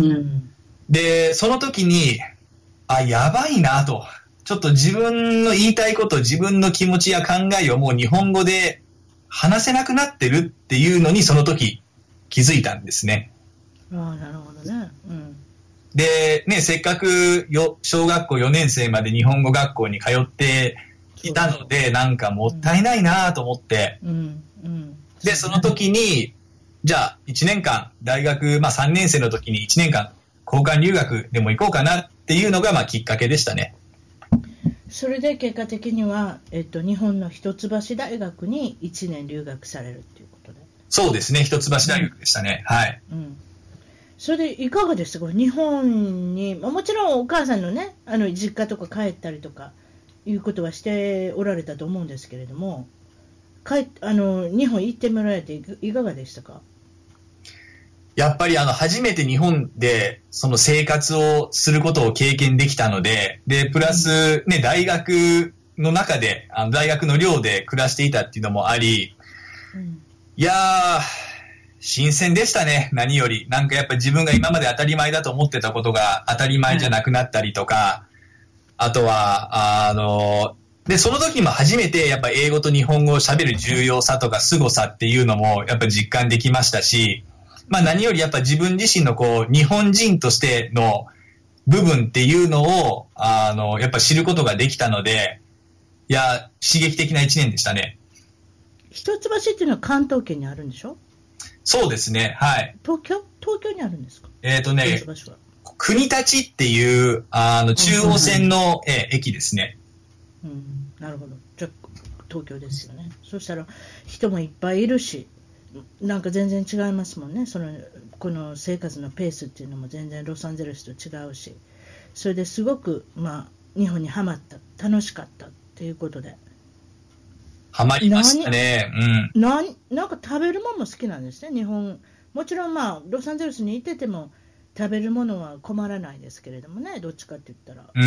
で、その時に、あ、やばいなと。ちょっと自分の言いたいこと、自分の気持ちや考えをもう日本語で話せなくなってるっていうのにその時気づいたんですね。 ああ、なるほどね。うん。 で、ね、せっかくよ小学校よねん生まで日本語学校に通っていたので、なんかもったいないなと思って、 うんうん、 で、その時に、じゃあいちねんかん、大学、まあさんねん生の時にいちねんかん交換留学でも行こうかなっていうのがまあきっかけでしたね。 それで結果的には、えっと、日本の一橋大学にいちねん留学されるということで。 そうですね、一橋大学でしたね。うん、はい。 うん。それでいかがでしたか、日本に、もちろんお母さんのね、あの実家とか帰ったりとかいうことはしておられたと思うんですけれども、帰あの日本行ってもらえていかがでしたか。 やっぱりあの初めて日本でその生活をすることを経験できたので、で、プラスね、大学の中で、あの大学の寮で暮らしていたっていうのもあり、うん、いやー、新鮮でしたね、何より。なんかやっぱり自分が今まで当たり前だと思ってたことが当たり前じゃなくなったりとか、はい、あとは、あの、で、その時も初めてやっぱ英語と日本語を喋る重要さとか凄さっていうのもやっぱ実感できましたし、まあ何よりやっぱ自分自身のこう日本人としての部分っていうのをあのやっぱ知ることができたので、いや刺激的な一年でしたね。 一橋っていうのは関東圏にあるんでしょ。 そうですね、はい。 東京東京にあるんですか。 えっとね、国立っていうあの中央線の、うん、え駅ですね。 うん、なるほど。じゃ東京ですよね。そしたら人もいっぱいいるし。なんか全然違いますもんね。そのこの生活のペースっていうのも全然ロサンゼルスと違うし、それですごく、まあ、日本にハマった、楽しかったっていうことで。 ハマりましたね。 うん。な、なんか食べるものも好きなんですね、日本。もちろんまあロサンゼルスにいてても食べるものは困らないですけれどもね、どっちかって言ったら。 うん。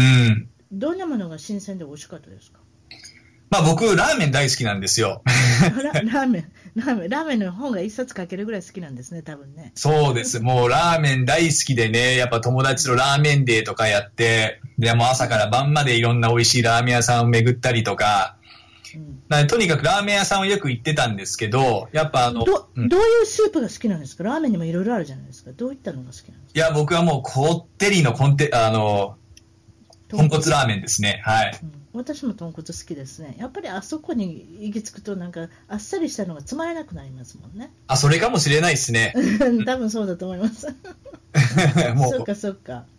どんなものが新鮮で美味しかったですか。 まあ僕、ラーメン大好きなんですよ。 ラ, ラーメン、ラーメン、ラーメンの本が一冊書けるぐらい好きなんですね、多分ね。 そうです。もうラーメン大好きでね、やっぱ友達とラーメンデーとかやって、でも朝から晩までいろんな美味しいラーメン屋さんを巡ったりとか、うん、とにかくラーメン屋さんをよく行ってたんですけど、やっぱあの、 ど、うん、どういうスープが好きなんですか。ラーメンにもいろいろあるじゃないですか。どういったのが好きなんですか。 いや、僕はもうこってりのコンテ、あの、豚骨ラーメンですね。はい。 うん私も豚骨好きですね。やっぱりあそこに行き着くとなんかあっさりしたのがつまらなくなりますもんね。 あ、それかもしれないですね。 多分そうだと思います。もうそうかそうか。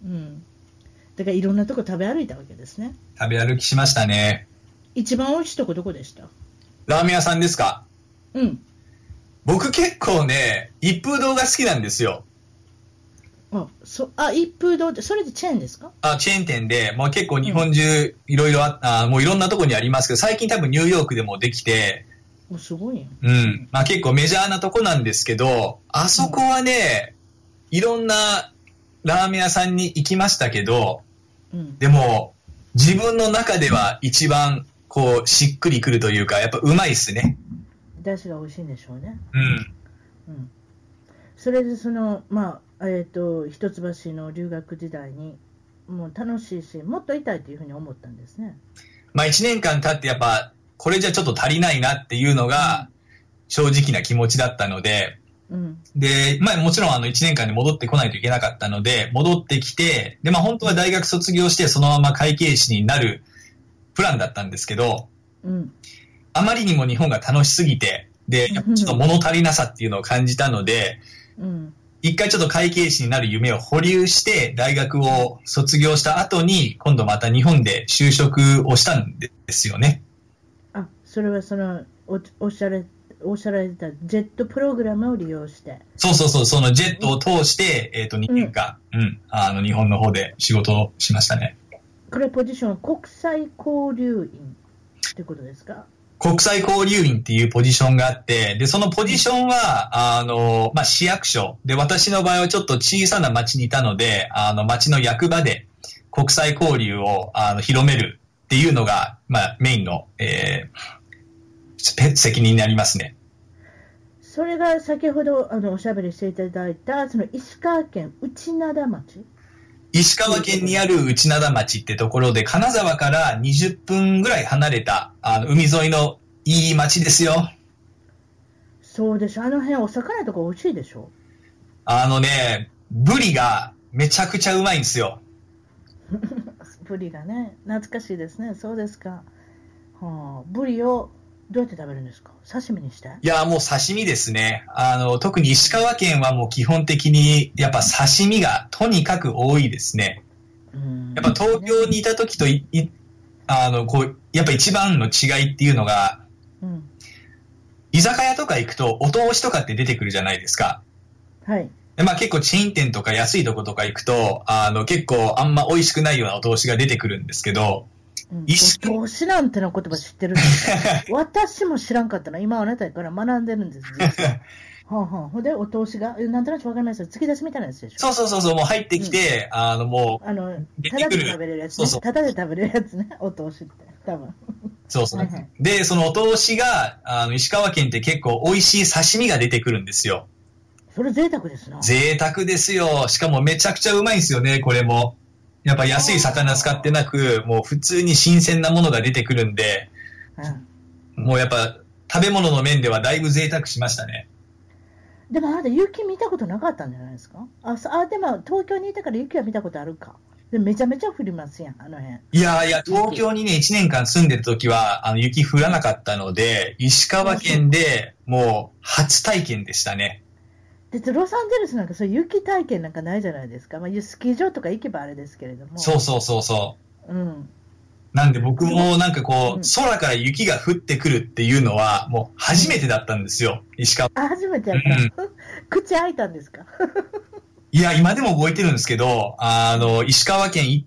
うん。だからいろんなとこ食べ歩いたわけですね。 食べ歩きしましたね。 一番美味しいとこどこでした？ ラーメン屋さんですか？ うん。 僕結構ね、一風堂が好きなんですよ。 あ、そ、あ、一風堂って、それでチェーンですか？ あ、チェーン店で、もう結構日本中いろいろあ、あ、もういろんなとこにありますけど、最近多分ニューヨークでもできて、 お、すごいよ。 うん。まあ結構メジャーなとこなんですけど、あそこはね、いろんなラーメン屋さんに行きましたけど、 うん、 でも自分の中では一番こうしっくりくるというか、やっぱうまいっすね。 出汁が美味しいんでしょうね。 うん。 うん。それでその、まあ、えっと、一橋の留学時代に、もう楽しいし、もっといたいというふうに思ったんですね。 まあ一年間経ってやっぱ、これじゃちょっと足りないなっていうのが正直な気持ちだったので、 うん、 で、まあもちろんあのいちねんかんで戻ってこないといけなかったので、戻ってきて、でまあ本当は大学卒業してそのまま会計士になるプランだったんですけど、 うん、 あまりにも日本が楽しすぎて、で、ちょっと物足りなさっていうのを感じたので、 うん、 一回ちょっと会計士になる夢を保留して、大学を卒業した後に、今度また日本で就職をしたんですよね。 あ、それはその、お、おっしゃられ、おっしゃられたジェットプログラムを利用して。 そうそうそう、そのジェットを通して、えっと、にねんかん、うん、うん、あの、日本の方で仕事をしましたね。 これポジションは国際交流員ってことですか？ 国際交流員っていうポジションがあって、で、そのポジションは、あの、まあ、市役所。で、私の場合はちょっと小さな町にいたので、あの、町の役場で国際交流を、あの、広めるっていうのが、まあ、メインの、えー、責任になりますね。 それが先ほど、あの、おしゃべりしていただいた、その石川県内灘町？ 石川県にある内灘町ってところで、金沢からにじゅっぷんぐらい離れた、あの、海沿いのいい町ですよ。 そうでしょ。あの辺お魚とか美味しいでしょ。 あのね、ブリがめちゃくちゃうまいんですよ。 ブリがね、懐かしいですね。そうですか。はあ、ブリをどうやって食べるんですか？刺身にして？ いや、もう刺身ですね。あの、特に石川県はもう基本的に、やっぱ刺身がとにかく多いですね。やっぱ東京にいた時とい、いあの、こう、やっぱ一番の違いっていうのが、うん、居酒屋とか行くと、お通しとかって出てくるじゃないですか。 はい。 でまあ結構チェーン店とか安いとことか行くと、あの、結構あんま美味しくないようなお通しが出てくるんですけど、 うん、お通しなんての言葉知ってるんですか？私も知らんかったな。今あなたから学んでるんです、実は。はあはあ、ほんで、お通しが、なんとなくわかりますよ。突き出しみたいなやつでしょ。 そうそうそうそう、もう入ってきて、うん、あの、もう、 あの、ただで食べれるやつね。そうそう。ただで食べれるやつね、お通しって、多分。 そうそう。はいはい、で、そのお通しが、あの、石川県って結構美味しい刺身が出てくるんですよ。 それ贅沢ですな。 贅沢ですよ。しかもめちゃくちゃうまいんですよね、これも。やっぱ安い魚使ってなく、もう普通に新鮮なものが出てくるんで、うん、もうやっぱ食べ物の面ではだいぶ贅沢しましたね。 でもあなた雪見たことなかったんじゃないですか？あ、あでも東京にいたから雪は見たことあるか。でめちゃめちゃ降りますやん、あの辺。 いやいや、東京にね、いちねんかん住んでる時は、あの、雪降らなかったので、石川県でもう初体験でしたね。 でロサンゼルスなんかそういう雪体験なんかないじゃないですか。まあ、スキー場とか行けばあれですけれども。 そうそうそうそう。 うん。 なんで僕もなんかこう、うん、空から雪が降ってくるっていうのはもう初めてだったんですよ、石川。 あ、初めてやった。うん、口開いたんですか？ いや、今でも覚えてるんですけど、あの、石川県行って、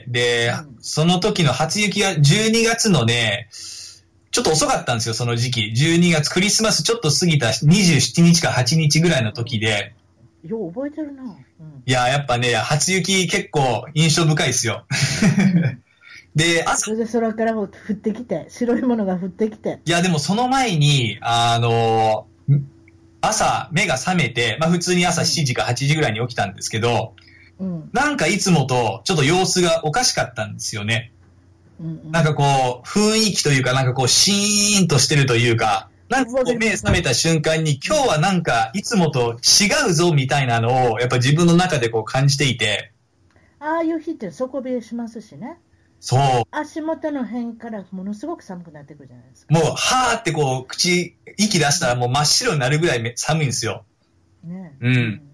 で、うん、その時の初雪がじゅうにがつのね、ちょっと遅かったんですよ、その時期。じゅうにがつ、クリスマスちょっと過ぎたにじゅうしちにちかはちにちぐらいの時で。 よう覚えてるな。うん、 いや、やっぱね、初雪結構印象深いですよ。で、朝。 それで空から降ってきて、白いものが降ってきて。 いや、でもその前に、あの、朝目が覚めて、まあ普通に朝しちじかはちじぐらいに起きたんですけど、うん、なんかいつもとちょっと様子がおかしかったんですよね。うんうん、なんかこう、雰囲気というか、なんかこう、シーンとしてるというか、なんかこう目覚めた瞬間に、今日はなんかいつもと違うぞみたいなのを、やっぱ自分の中でこう感じていて。 ああいう日って底冷えしますしね。 そう。 足元の辺からものすごく寒くなってくるじゃないですか。 もう、はーってこう、口、息出したらもう真っ白になるぐらい寒いんですよ。ね。うん。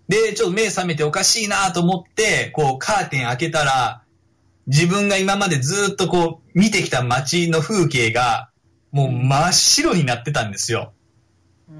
で、ちょっと目覚めておかしいなと思って、こうカーテン開けたら、自分が今までずっとこう見てきた街の風景が、もう真っ白になってたんですよ。 うん、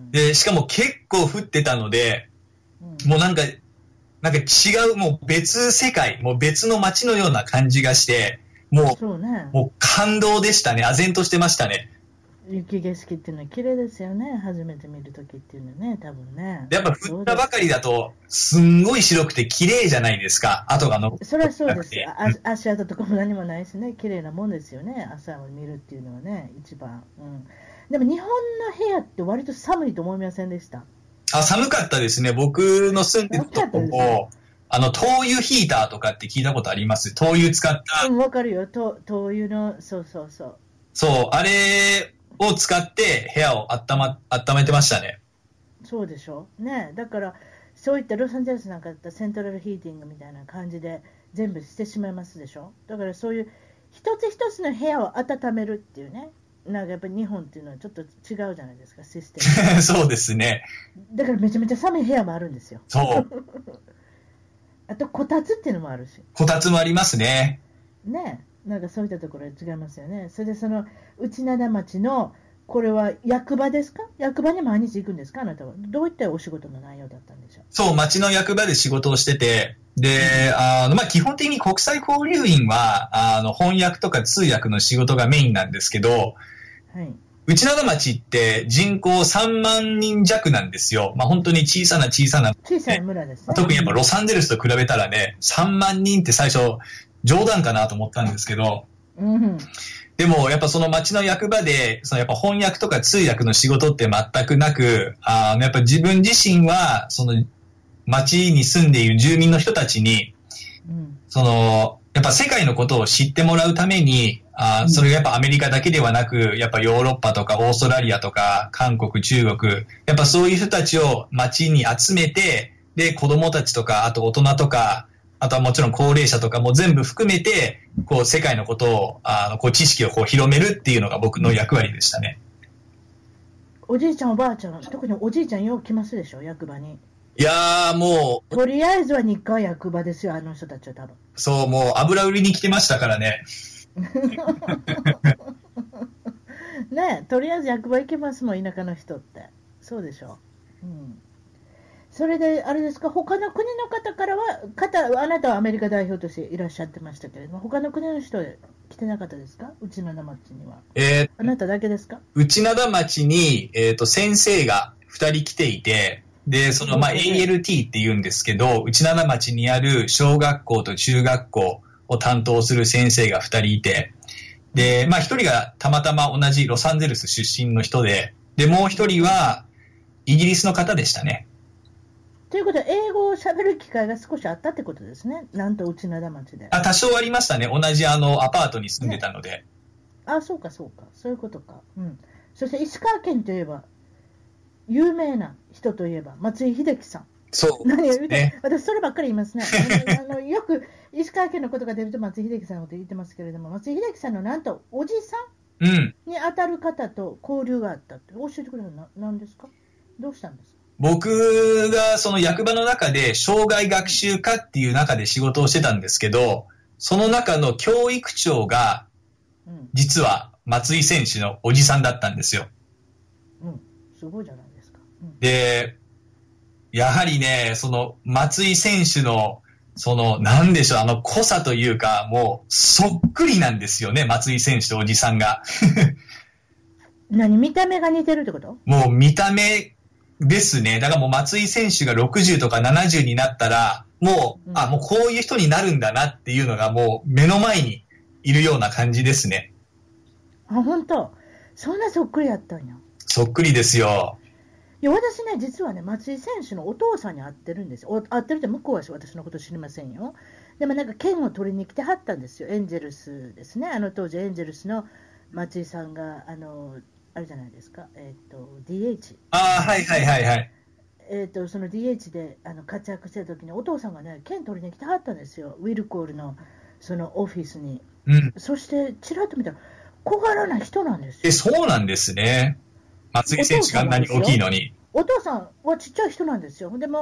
で、しかも結構降ってたので、うん、もうなんか、なんか違う、もう別世界、もう別の街のような感じがして、もう、 そうね、 もう感動でしたね。唖然としてましたね。 雪景色っていうのは綺麗ですよね。初めて見るときっていうのはね、多分ね。 やっぱ降ったばかりだと、すんごい白くて綺麗じゃないですか。跡が残って。 それはそうです。あ、足跡とかも何もないしね、綺麗なもんですよね。朝を見るっていうのはね、一番。うん。でも日本の部屋って割と寒いと思いませんでした？ あ、寒かったですね。僕の住んでるとこも、あの、灯油ヒーターとかって聞いたことあります？灯油使った。 うん、わかるよ。灯油の、そうそうそう。 そう、あれを使って部屋を温ま、温めてましたね。 そうでしょね。だから、そういったロサンゼルスなんかだったらセントラルヒーティングみたいな感じで全部してしまいますでしょ。だからそういう一つ一つの部屋を温めるっていうね。なんかやっぱり日本っていうのはちょっと違うじゃないですか、システム。 そうですね。 だからめちゃめちゃ寒い部屋もあるんですよ。 そう。 あと、こたつっていうのもあるし。 こたつもありますね。 ねえ、なんかそういったところで違いますよね。それでその内灘町の、これは役場ですか？役場に毎日行くんですか？あなたは。どういったお仕事の内容だったんでしょう？ そう、町の役場で仕事をしてて、で、あの、まあ、基本的に国際交流員は、あの、翻訳とか通訳の仕事がメインなんですけど、 はい。 内灘町って人口さんまんにん弱なんですよ。まあ、本当に小さな小さな、ね。 小さい村ですね。 特にやっぱロサンゼルスと比べたらね、さんまんにんって最初、冗談かなと思ったんですけど、 うん、 でもやっぱその町の役場で、そのやっぱ翻訳とか通訳の仕事って全くなく、あのやっぱ自分自身は、その町に住んでいる住民の人たちに、うん、その、やっぱ世界のことを知ってもらうために、あそれがやっぱアメリカだけではなく、やっぱヨーロッパとかオーストラリアとか韓国、中国、やっぱそういう人たちを町に集めて、で、子供たちとか、あと大人とか、あとはもちろん高齢者とかも全部含めて、こう世界のことを、あの、こう知識をこう広めるっていうのが僕の役割でしたね。 おじいちゃんおばあちゃん、特におじいちゃんよく来ますでしょ、役場に。 いやーもう。とりあえずは日課役場ですよ、あの人たちは多分。 そう、もう油売りに来てましたからね。 ねえ、とりあえず役場行けますもん、田舎の人って。そうでしょ。うん。それで、あれですか、他の国の方からは、方、あなたはアメリカ代表としていらっしゃってましたけれども、他の国の人来てなかったですか？内灘町には。 えー、 あなただけですか？ 内灘町に、えっと、先生がふたり来ていて、で、その、まあ、エーエルティー って言うんですけど、内灘町にある小学校と中学校を担当する先生がふたりいて、で、まあ、ひとりがたまたま同じロサンゼルス出身の人で、で、もうひとりはイギリスの方でしたね。 ということは、英語を喋る機会が少しあったってことですね。なんと内灘町で。 あ、多少ありましたね。同じあのアパートに住んでたので。ね、 あ、そうかそうか。そういうことか。うん。そして石川県といえば、有名な人といえば、松井秀喜さん。 そう何を言うて、私そればっかり言いますね。あのよく石川県のことが出ると松井秀喜さんのこと言ってますけれども、松井秀喜さんのなんとおじさんに当たる方と交流があったって、教えてくれるのは何ですか？どうしたんですか？ 僕がその役場の中で障害学習課っていう中で仕事をしてたんですけど、その中の教育長が実は松井選手のおじさんだったんですよ。 うん、すごいじゃないですか。うん、 で、やはりね、その松井選手のそのなんでしょう、あの濃さというか、もうそっくりなんですよね、松井選手とおじさんが。 何、見た目が似てるってこと？ もう見た目ですね。だからもう松井選手がろくじゅうとかななじゅうになったら、もう、うん、あ、もうこういう人になるんだなっていうのがもう目の前にいるような感じですね。 あ、本当。そんなそっくりやったんや。 そっくりですよ。 いや、私ね、実はね、松井選手のお父さんに会ってるんですよ。会ってるって向こうは私のこと知りませんよ。でもなんか券を取りに来てはったんですよ。エンゼルスですね。あの当時エンゼルスの松井さんが、あの、あるじゃないですか、えっと、ディーエイチ。 ああ、はいはいはいはい。 えっと、その ディーエイチ であの活躍してた時に、お父さんがね、券取りに来てはったんですよ。ウィルコールのそのオフィスに。 うん。 そして、ちらっと見たら、小柄な人なんですよ。 え、そうなんですね。松井選手があんなに大きいのに。 お父さんはちっちゃい人なんですよ。でも、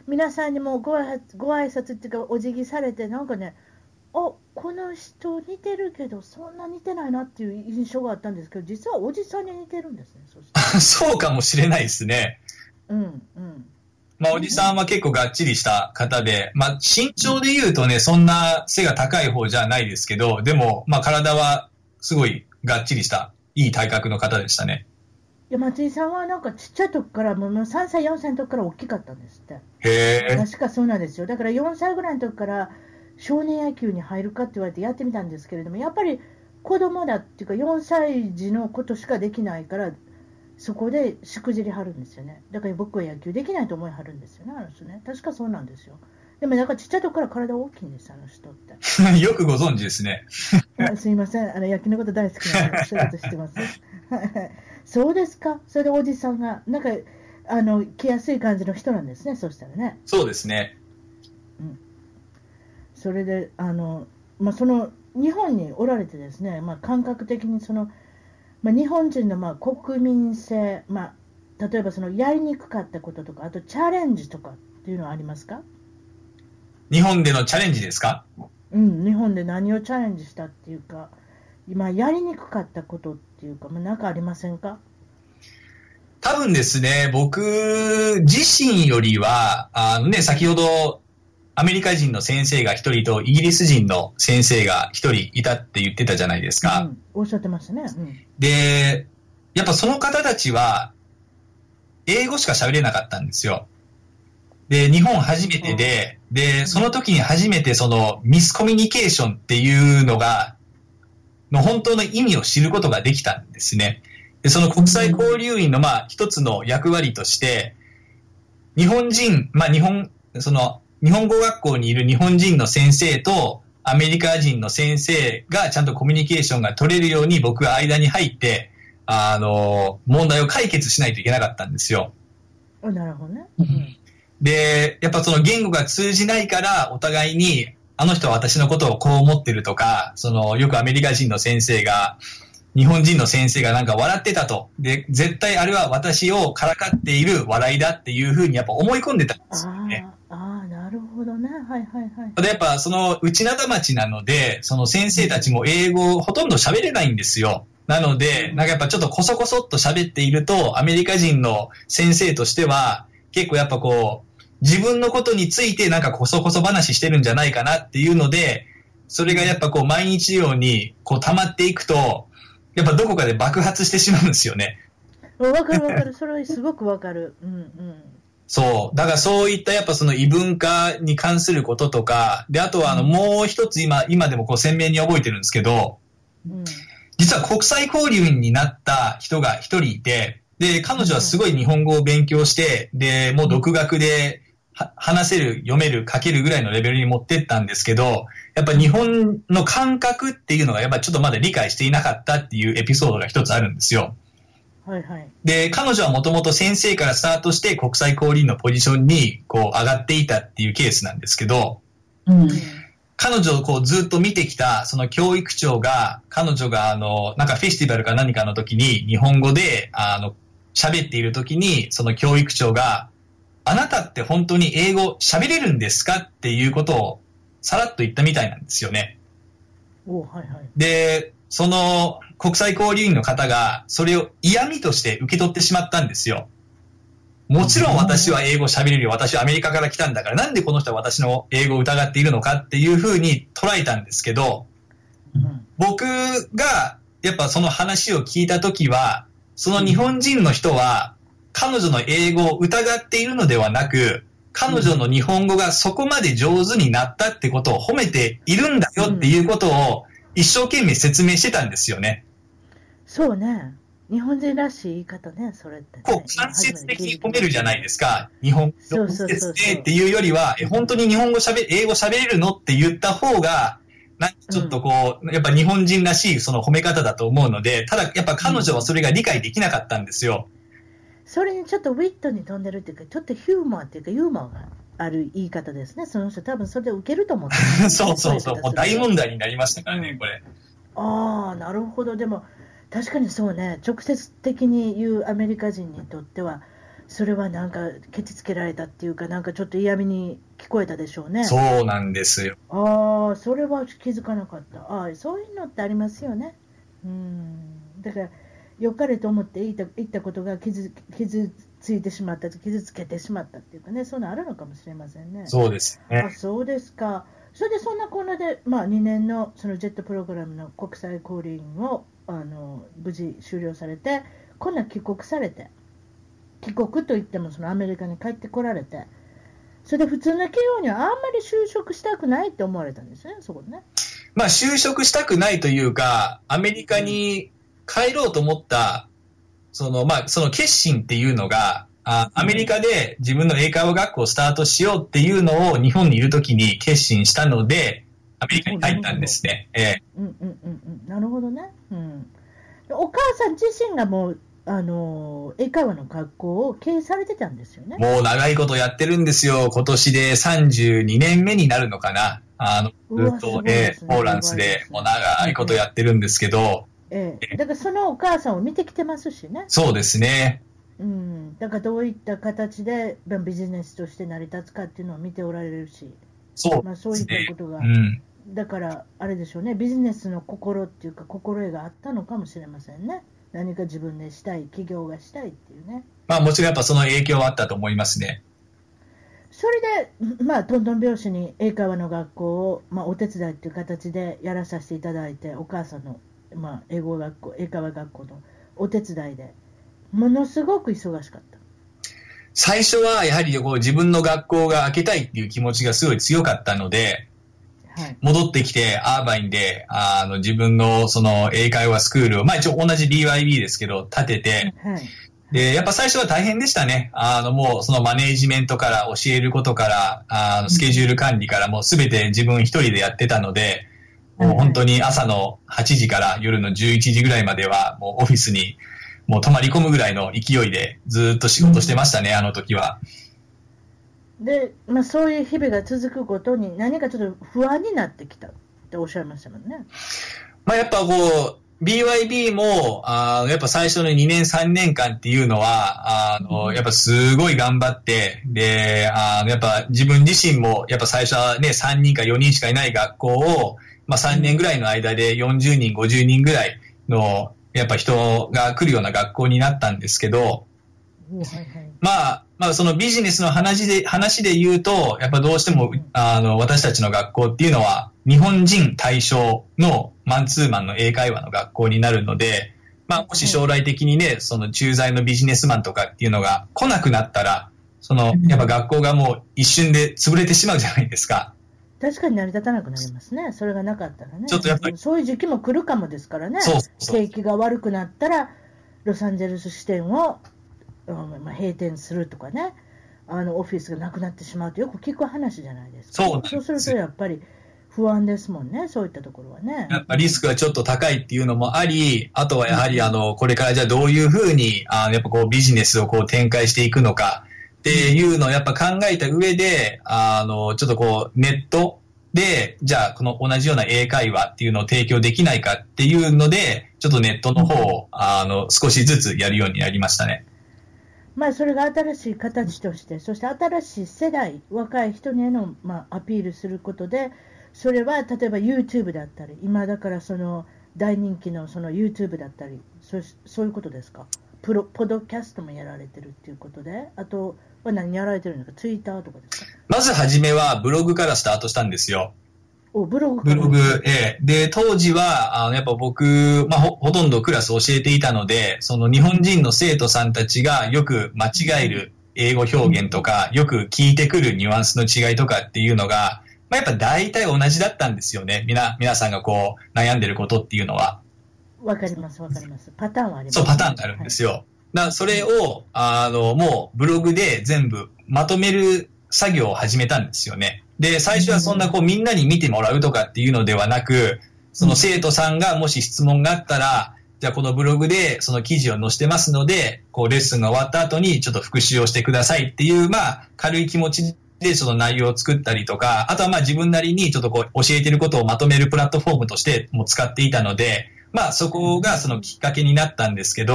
皆さんにもご挨拶、ご挨拶っていうかお辞儀されて、なんかね、あ、この人似てるけどそんな似てないなっていう印象があったんですけど、実はおじさんに似てるんですね。そしてそうかもしれないですね。 うんうんまあ、おじさんは結構がっちりした方で、まあ、身長で言うとね、そんな背が高い方じゃないですけど、でも、まあ、体はすごいがっちりした、いい体格の方でしたね。 いや、松井さんはなんかちっちゃい時から、もうさんさい、よんさいの時から大きかったんですって。 へえ。 確かそうなんですよ。だからよんさいぐらいの時から少年野球に入るかって言われてやってみたんですけれども、やっぱり子供だっていうかよんさい児のことしかできないから、そこでしくじりはるんですよね。だから僕は野球できないと思いはるんですよね、あの人ね。確かそうなんですよ。でもなんかちっちゃい時から体大きいんです、あの人って。 よくご存知ですね。 あ、すいません、あの野球のこと大好きなので、そういうこと知ってます。そうですか。それでおじさんが、なんか、あの、来やすい感じの人なんですね、そうしたらね。 そうですね。 うん。それで、あの、まあ、その、日本におられてですね、まあ、感覚的にその、まあ、日本人のまあ国民性、まあ、例えばそのやりにくかったこととか、あとチャレンジとかっていうのはありますか？ 日本でのチャレンジですか？ うん、日本で何をチャレンジしたっていうか、今やりにくかったことっていうか、まあ、なんかありませんか？ 多分ですね、僕自身よりは、あのね、先ほどアメリカ人の先生が一人とイギリス人の先生が一人いたって言ってたじゃないですか。 うん、おっしゃってましたね。うん、 で、やっぱその方たちは英語しか喋れなかったんですよ。で、日本初めてで、で、その時に初めてそのミスコミュニケーションっていうのが、の本当の意味を知ることができたんですね。で、その国際交流員のまあ一つの役割として、日本人、まあ日本、その日本語学校にいる日本人の先生とアメリカ人の先生がちゃんとコミュニケーションが取れるように僕は間に入って、あの、問題を解決しないといけなかったんですよ。 あ、なるほどね。うん、 で、やっぱその言語が通じないからお互いにあの人は私のことをこう思ってるとか、そのよくアメリカ人の先生が日本人の先生がなんか笑ってたと。で、絶対あれは私をからかっている笑いだっていうふうにやっぱ思い込んでたんですよね。 ああ、なるほどね。はいはいはい。 で、やっぱその内灘町なので、その先生たちも英語をほとんど喋れないんですよ。なので、なんかやっぱちょっとこそこそっと喋っていると、アメリカ人の先生としては、結構やっぱこう、自分のことについてなんかこそこそ話してるんじゃないかなっていうので、それがやっぱこう毎日のようにこう溜まっていくと、やっぱどこかで爆発してしまうんですよね。 わかるわかる。それはすごくわかる。うんうん。 そう。だからそういったやっぱその異文化に関することとか、で、あとはあのもう一つ今、今でもこう鮮明に覚えてるんですけど、うん、実は国際交流員になった人が一人いて、で、彼女はすごい日本語を勉強して、で、もう独学で話せる、読める、書けるぐらいのレベルに持ってったんですけど、やっぱ日本の感覚っていうのがやっぱちょっとまだ理解していなかったっていうエピソードが一つあるんですよ。 はいはい。 で、彼女はもともと先生からスタートして国際交流員のポジションにこう上がっていたっていうケースなんですけど、うん、彼女をこうずっと見てきたその教育長が、彼女があの、なんかフェスティバルか何かの時に日本語であの、喋っている時にその教育長が、あなたって本当に英語喋れるんですかっていうことをさらっと言ったみたいなんですよね。 お、はいはい。 で、その国際交流員の方がそれを嫌味として受け取ってしまったんですよ。もちろん私は英語喋れるよ。私はアメリカから来たんだから、なんでこの人は私の英語を疑っているのかっていうふうに捉えたんですけど、うん、僕がやっぱその話を聞いたときは、その日本人の人は彼女の英語を疑っているのではなく、彼女の日本語がそこまで上手になったってことを褒めているんだよっていうことを一生懸命説明してたんですよね。 そうね。日本人らしい言い方ね、それって、ね。 こう、間接的に褒めるじゃないですか。日本語ですねっていうよりは、え、本当に日本語喋、英語喋れるのって言った方が、なんかちょっとこう、うん、やっぱ日本人らしいその褒め方だと思うので、ただやっぱ彼女はそれが理解できなかったんですよ。 それにちょっとウィットに飛んでるっていうか、ちょっとヒューモアっていうか、ユーモアがある言い方ですね。その人多分それで受けると思って、 ね、そうそうそう。もう大問題になりましたからね、うん、これ。 ああ、なるほど。でも、確かにそうね。直接的に言うアメリカ人にとっては、 それはなんかケチつけられたっていうか、なんかちょっと嫌味に聞こえたでしょうね。 そうなんですよ。 ああ、それは気づかなかった。ああ、そういうのってありますよね。うん。だから、良かれと思って言った言ったことが傷傷ついてしまった、傷つけてしまったっていうかね、そういうのあるのかもしれませんね。 そうですね。 あ、そうですか。それでそんなこんなで、まあ、にねんのそのジェットプログラムの国際交流員をあの無事終了されて、今度は帰国されて、帰国といってもそのアメリカに帰ってこられて、それで普通の企業にはあんまり就職したくないって思われたんですね、そこでね。 まあ就職したくないというか、アメリカに帰ろうと思った、そのまあその決心っていうのが、あアメリカで自分の英会話学校をスタートしようっていうのを日本にいるときに決心したので、アメリカに帰ったんですね。ええ、 うんうんうんうん、なるほどね。うん。お母さん自身がもうあの英会話の学校を経営されてたんですよね。 もう長いことやってるんですよ。今年でさんじゅうにねんめになるのかな。あのずっと、ね、フォーランスでもう長いことやってるんですけど、 ええ、だからそのお母さんを見てきてますしね。 そうですね。 うん、だからどういった形でビジネスとして成り立つかっていうのを見ておられるし、 そう、 まあ、そういったことが、 うん、 だからあれでしょうね、ビジネスの心っていうか心得があったのかもしれませんね。何か自分でしたい、企業がしたいっていうね。 まあもちろんやっぱその影響はあったと思いますね。 それで、まあ、トントン拍子に英会話の学校を、まあ、お手伝いっていう形でやらさせていただいて、お母さんの、まあ、英語学校、英会話学校のお手伝いで、ものすごく忙しかった。 最初はやはりこう自分の学校が開けたいっていう気持ちがすごい強かったので、はい、戻ってきてアーバインであの自分のその英会話スクールを、まあ一応同じ ビーワイビー ですけど立てて、はい、でやっぱ最初は大変でしたね。あのもうそのマネージメントから教えることからあのスケジュール管理からもうすべて自分一人でやってたので、もう本当に朝のはちじから夜のじゅういちじぐらいまではもうオフィスにもう泊まり込むぐらいの勢いでずっと仕事してましたね、うん、あの時は。 で、まあ、そういう日々が続くことに何かちょっと不安になってきたっておっしゃいましたもんね。 まあ、やっぱこう ビーワイビー もあやっぱ最初のにねんさんねんかんっていうのはあの、うん、やっぱすごい頑張ってであやっぱ自分自身もやっぱ最初はねさんにんかよにんしかいない学校を、まあ、さんねんぐらいの間でよんじゅうにんごじゅうにんぐらいのやっぱ人が来るような学校になったんですけど、はいはい、まあ、まあそのビジネスの話で、話で言うと、やっぱどうしても、うん、あの、私たちの学校っていうのは、日本人対象のマンツーマンの英会話の学校になるので、まあもし将来的にね、その駐在のビジネスマンとかっていうのが来なくなったら、その、やっぱ学校がもう一瞬で潰れてしまうじゃないですか。 確かに成り立たなくなりますね。それがなかったらね。ちょっとやっぱりそういう時期も来るかもですからね。そうそうそう、景気が悪くなったらロサンゼルス支店を、うんまあ、閉店するとかね、あのオフィスがなくなってしまうとよく聞く話じゃないですか。そう、そうするとやっぱり不安ですもんね。そういったところはね。 やっぱリスクがちょっと高いっていうのもあり、あとはやはりあのこれからじゃあどういうふうにあやっぱこうビジネスをこう展開していくのか。っていうのをやっぱ考えた上で、あの、ちょっとこう、ネットで、じゃあこの同じような英会話っていうのを提供できないかっていうので、ちょっとネットの方を、あの、少しずつやるようになりましたね。 まあ、それが新しい形として、そして新しい世代、若い人への、まあ、アピールすることで、それは例えば YouTube だったり、今だからその大人気のその YouTube だったり、そ、そういうことですか。プロ、ポドキャストもやられてるっていうことで、あとは何やられてるんですか？ツイッターとかですか？ まずはじめはブログからスタートしたんですよ。 お、ブログブログ、ええ。で、当時は、あの、やっぱ僕、まあほ、ほとんどクラス教えていたので、その日本人の生徒さんたちがよく間違える英語表現とか、よく聞いてくるニュアンスの違いとかっていうのが、まあ、やっぱ大体同じだったんですよね。みな、皆さんがこう、悩んでることっていうのは。 わかります、わかります。パターンはあります、 ね。そう、パターンがあるんですよ。はい、だからそれを、あの、もうブログで全部まとめる作業を始めたんですよね。で、最初はそんなこうみんなに見てもらうとかっていうのではなく、その生徒さんがもし質問があったら、じゃあこのブログでその記事を載せてますので、こうレッスンが終わった後にちょっと復習をしてくださいっていう、まあ軽い気持ちでその内容を作ったりとか、あとはまあ自分なりにちょっとこう教えてることをまとめるプラットフォームとしても使っていたので、まあそこがそのきっかけになったんですけど、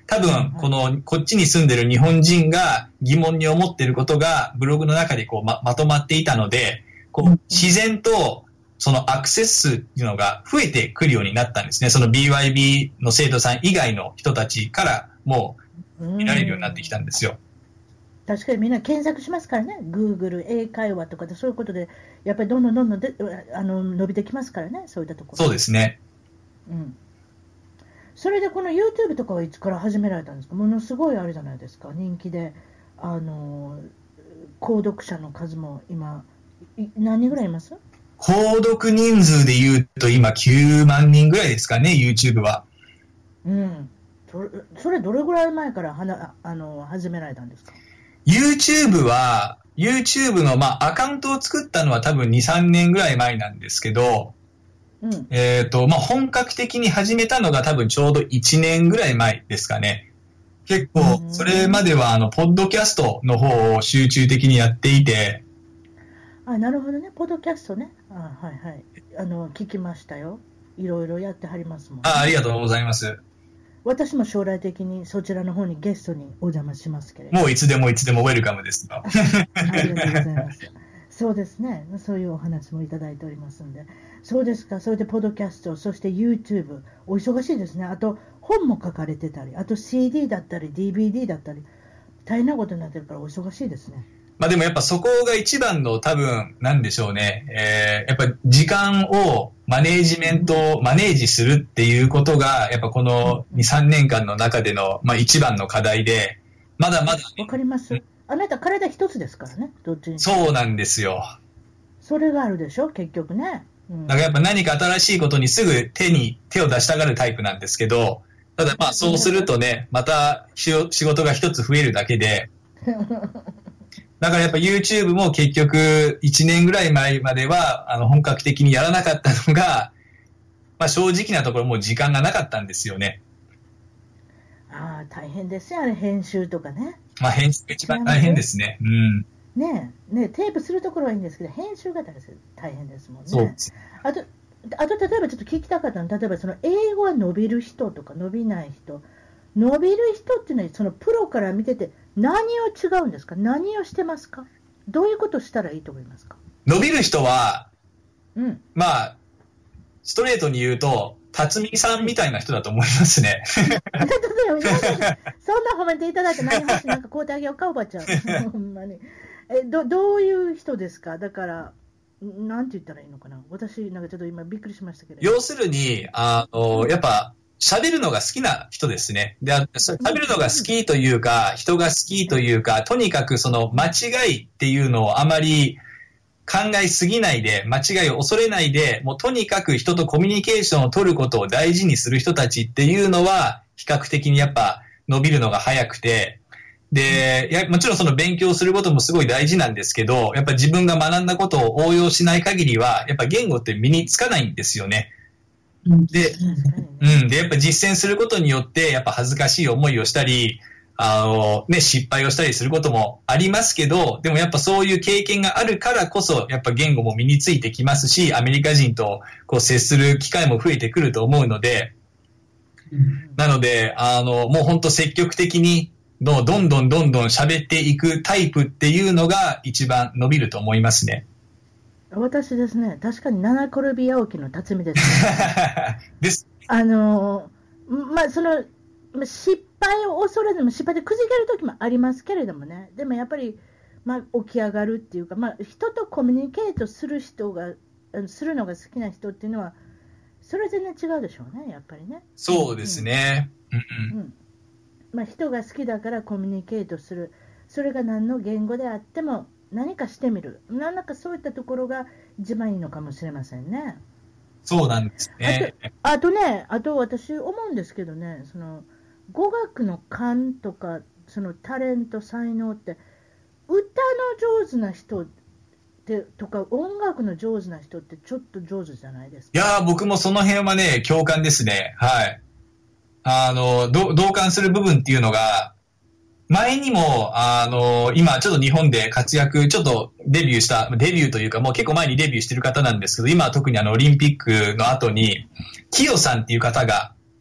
多分、この、こっちに住んでる日本人が疑問に思っていることがブログの中でこう ま, まとまっていたので、こう自然とそのアクセス数っていうのが増えてくるようになったんですね。その ビーワイビー の生徒さん以外の人たちからも見られるようになってきたんですよ。 確かにみんな検索しますからね。Google、英会話とかでそういうことで、やっぱりどんどんどんどんであの伸びてきますからね、そういったところ。 そうですね。 うん。それでこの YouTube とかはいつから始められたんですか？ものすごいあれじゃないですか、人気で、あの、購読者の数も今、何人ぐらいいます？ 購読人数で言うと今きゅうまんにんぐらいですかね、YouTube は。 うん。それ、それどれぐらい前からはなあの始められたんですか？ YouTube は、YouTube の、まあ、アカウントを作ったのは多分に、さんねんぐらい前なんですけど、 うん、 えっと、まあ、本格的に始めたのが多分ちょうどいちねんぐらい前ですかね。結構、それまでは、あの、ポッドキャストの方を集中的にやっていて。 あ、なるほどね。ポッドキャストね。あ、はいはい。あの、聞きましたよ。いろいろやってはりますもんね。 あ、ありがとうございます。 私も将来的にそちらの方にゲストにお邪魔しますけれどもういつでもいつでもウェルカムですが。 ありがとうございます。そうですね。そういうお話もいただいておりますので。そうですか。それでポッドキャスト、そして YouTube、お忙しいですね。あと本も書かれてたり、あと シーディー だったり ディーブイディー だったり、大変なことになってるからお忙しいですね。 まあでもやっぱそこが一番の多分なんでしょうね。えー、やっぱ時間をマネージメント、マネージするっていうことがやっぱこのに、さんねんかんの中でのまあ一番の課題で、まだまだ。 わかります。あなた体一つですからね。どっちに。 そうなんですよ。 それがあるでしょ、結局ね。うん、 だからやっぱ何か新しいことにすぐ手に手を出したがるタイプなんですけど、ただまあそうするとね、また仕事が一つ増えるだけで、だからやっぱ YouTube も結局いちねんぐらい前まではあの本格的にやらなかったのが、まあ正直なところもう時間がなかったんですよね。 ああ、大変ですよ、あれ編集とかね。 まあ編集が一番大変ですね。うん。 ねえ、ねえ、テープするところはいいんですけど、編集が大変ですもんね。 そうです。 あと、あと例えばちょっと聞きたかったのは、例えばその英語が伸びる人とか伸びない人、伸びる人っていうのはそのプロから見てて何を違うんですか？何をしてますか？どういうことをしたらいいと思いますか？ 伸びる人は、 うん、 まあストレートに言うと辰巳さんみたいな人だと思いますね。 そんな褒めていただいて何欲しいなんか買うてあげようかおばちゃん。ほんまに。え、どどういう人ですか？だからなんて言ったらいいのかな。私なんかちょっと今びっくりしましたけど。 要するにあのやっぱ喋るのが好きな人ですね。で、喋るのが好きというか、人が好きというか、とにかくその間違いっていうのをあまり考えすぎないで、間違いを恐れないで、もうとにかく人とコミュニケーションを取ることを大事にする人たちっていうのは、比較的にやっぱ伸びるのが早くて、で、いやもちろんその勉強することもすごい大事なんですけど、やっぱ自分が学んだことを応用しない限りは、やっぱ言語って身につかないんですよね。で、うん。で、やっぱ実践することによって、やっぱ恥ずかしい思いをしたり、あの、ね、失敗をしたりすることもありますけど、でもやっぱそういう経験があるからこそ、やっぱ言語も身についてきますし、アメリカ人とこう接する機会も増えてくると思うので、うん、なので、あの、もう本当積極的に、どんどんどんどん喋っていくタイプっていうのが一番伸びると思いますね。 私ですね、確かに七転び八起きの辰巳ですね。 です。 あの、まあ、その、失敗を恐れずも失敗でくじけるときもありますけれどもね、でもやっぱり、まあ、起き上がるっていうか、まあ、人とコミュニケートする人が、するのが好きな人っていうのは、それは全然違うでしょうね、やっぱりね。 そうですね。うんうんうんまあ、人が好きだからコミュニケートする、それが何の言語であっても、何かしてみる、何らかそういったところが一番いいのかもしれませんね。 そうなんですね。 あと、あとね、あと私思うんですけどね、その語学の勘とか、そのタレント、才能って、歌の上手な人ってとか、音楽の上手な人ってちょっと上手じゃないですか。 いやー、僕もその辺はね、共感ですね。はい。あの、同感する部分っていうのが、前にも、あの、今ちょっと日本で活躍、ちょっとデビューした、デビューというかもう結構前にデビューしてる方なんですけど、今は特にあのオリンピックの後に、キヨさんっていう方が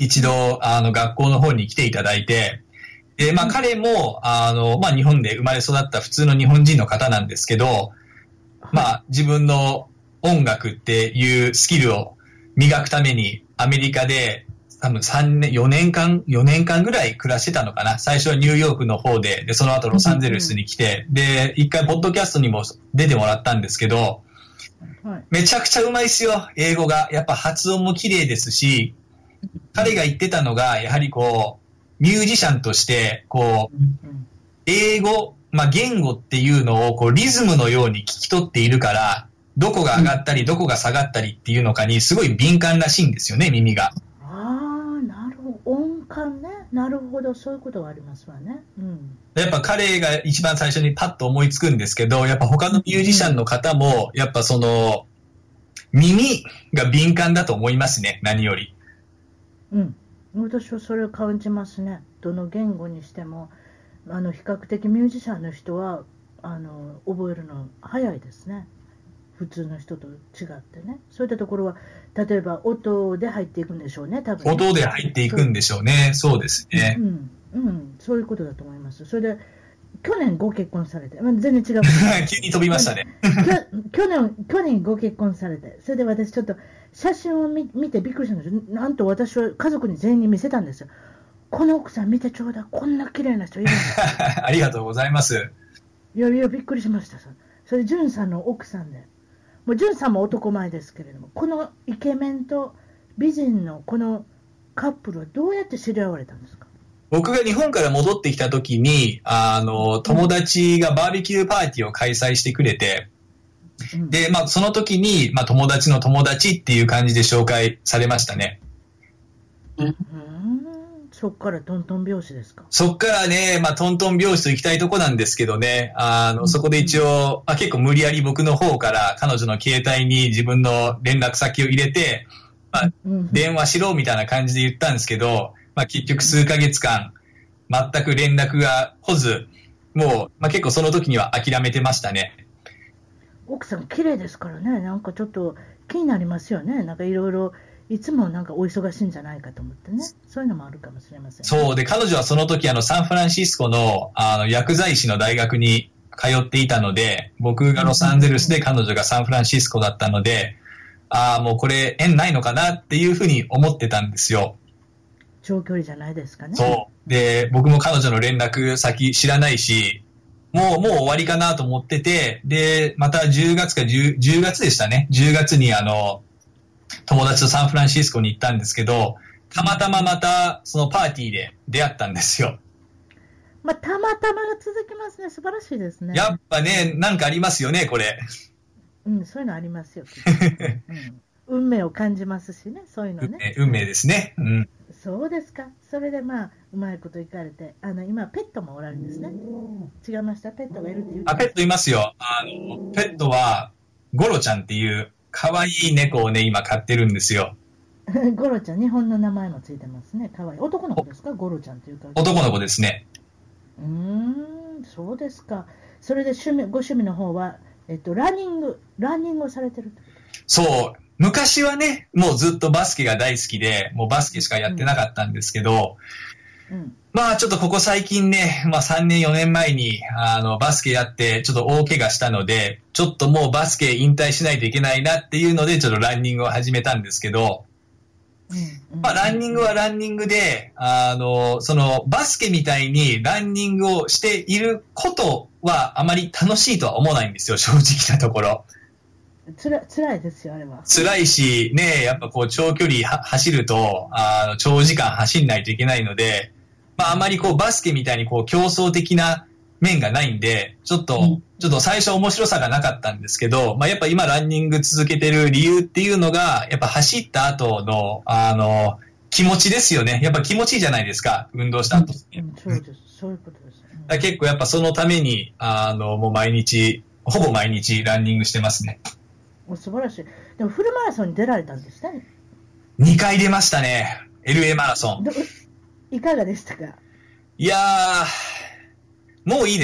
一度、あの、学校の方に来ていただいて、で、まあ、彼も、あの、まあ、日本で生まれ育った普通の日本人の方なんですけど、まあ、自分の音楽っていうスキルを磨くために、アメリカで、多分さんねん、よねんかん、よねんかんぐらい暮らしてたのかな。最初はニューヨークの方で、で、その後ロサンゼルスに来て、で、一回ポッドキャストにも出てもらったんですけど、めちゃくちゃうまいっすよ、英語が。やっぱ発音も綺麗ですし、彼が言ってたのが、やはりこう、ミュージシャンとして、こう、英語、まあ、言語っていうのを、こう、リズムのように聞き取っているから、どこが上がったり、どこが下がったりっていうのかに、すごい敏感らしいんですよね、耳が。 音感ね。なるほど、そういうことがありますわね。うん、 やっぱ彼が一番最初にパッと思いつくんですけど、やっぱ他のミュージシャンの方も、やっぱその、耳が敏感だと思いますね、何より。 うん。私はそれを感じますね。どの言語にしても、あの、比較的ミュージシャンの人は、あの、覚えるの早いですね。普通の人と違ってね。そういったところは、例えば音で入っていくんでしょうね、多分ね。 音で入っていくんでしょうね。そうですね。 うん、うん、そういうことだと思います。それで、去年ご結婚されて、まあ、全然違う。 急に飛びましたね。 去年、去年ご結婚されて、それで私ちょっと写真を 見, 見てびっくりしたんですよ。なんと私は家族に全員に見せたんですよ。この奥さん見てちょうだい。こんな綺麗な人いるんですありがとうございます。 いやいや、びっくりしました。それ、ジュンさんの奥さんで。もうジュンさんも男前ですけれども、このイケメンと美人のこのカップルはどうやって知り合われたんですか？ 僕が日本から戻ってきた時に、あの、友達がバーベキューパーティーを開催してくれて、うん、で、まあ、その時に、まあ、友達の友達っていう感じで紹介されましたね。 うん、そっからトントン拍子ですか？ そっからね、まあ、トントン拍子と行きたいとこなんですけどね、あの、そこで一応、あ、結構無理やり僕の方から彼女の携帯に自分の連絡先を入れて、まあ、電話しろみたいな感じで言ったんですけど、まあ、結局数ヶ月間、全く連絡が来ず、もう、まあ、結構その時には諦めてましたね。 奥さん綺麗ですからね、なんかちょっと気になりますよね。なんかいろいろ、いつもなんかお忙しいんじゃないかと思ってね。そういうのもあるかもしれません、ね。 そう。で、彼女はその時、あの、サンフランシスコの、あの、薬剤師の大学に通っていたので、僕がロサンゼルスで彼女がサンフランシスコだったので、ああ、もうこれ縁ないのかなっていうふうに思ってたんですよ。 長距離じゃないですかね。 そう。で、僕も彼女の連絡先知らないし、もう、もう終わりかなと思ってて、で、またじゅうがつかじゅう、じゅうがつでしたね。じゅうがつにあの、友達とサンフランシスコに行ったんですけど、たまたままたそのパーティーで出会ったんですよ。 まあ、たまたまが続きますね。素晴らしいですね。 やっぱね、なんかありますよね、これ。 うん、そういうのありますよ。うん、運命を感じますしね、そういうのね。 運命、運命ですね。うん。 そうですか。それでまあ、うまいこといかれて、あの、今、ペットもおられるんですね。違いました？ペットがいるって言う。 あ、ペットいますよ。あの、ペットは、ゴロちゃんっていう、可愛い猫をね、今飼ってるんですよ。 ゴロちゃん、日本の名前もついてますね。可愛い。男の子ですか？ゴロちゃんっていうか。 男の子ですね。 うーん、そうですか。それで趣味、ご趣味の方は、えっと、ランニング、ランニングをされてるってこと？ そう。昔はね、もうずっとバスケが大好きで、もうバスケしかやってなかったんですけど、うんうん、まあちょっとここ最近ね、まあさんねんよねんまえにあのバスケやってちょっと大怪我したので、ちょっともうバスケ引退しないといけないなっていうのでちょっとランニングを始めたんですけど、うんうん、まあランニングはランニングで、あの、そのバスケみたいにランニングをしていることはあまり楽しいとは思わないんですよ、正直なところ。 つら、辛いですよ、あれは。 辛いし、ね、やっぱこう長距離は走ると、あの、長時間走んないといけないので、まああまりこうバスケみたいにこう競争的な面がないんで、ちょっと、うん、ちょっと最初面白さがなかったんですけど、まあやっぱ今ランニング続けてる理由っていうのが、やっぱ走った後の、あの、気持ちですよね。やっぱ気持ちいいじゃないですか、運動した後。 うんうん、そうです。そういうことです。 うん、結構やっぱそのために、あの、もう毎日、ほぼ毎日ランニングしてますね。 素晴らしい。でもフルマラソンに出られたんですね。 にかい出ましたね。エルエー マラソン。 いかがでしたか？ いやー、もういいです。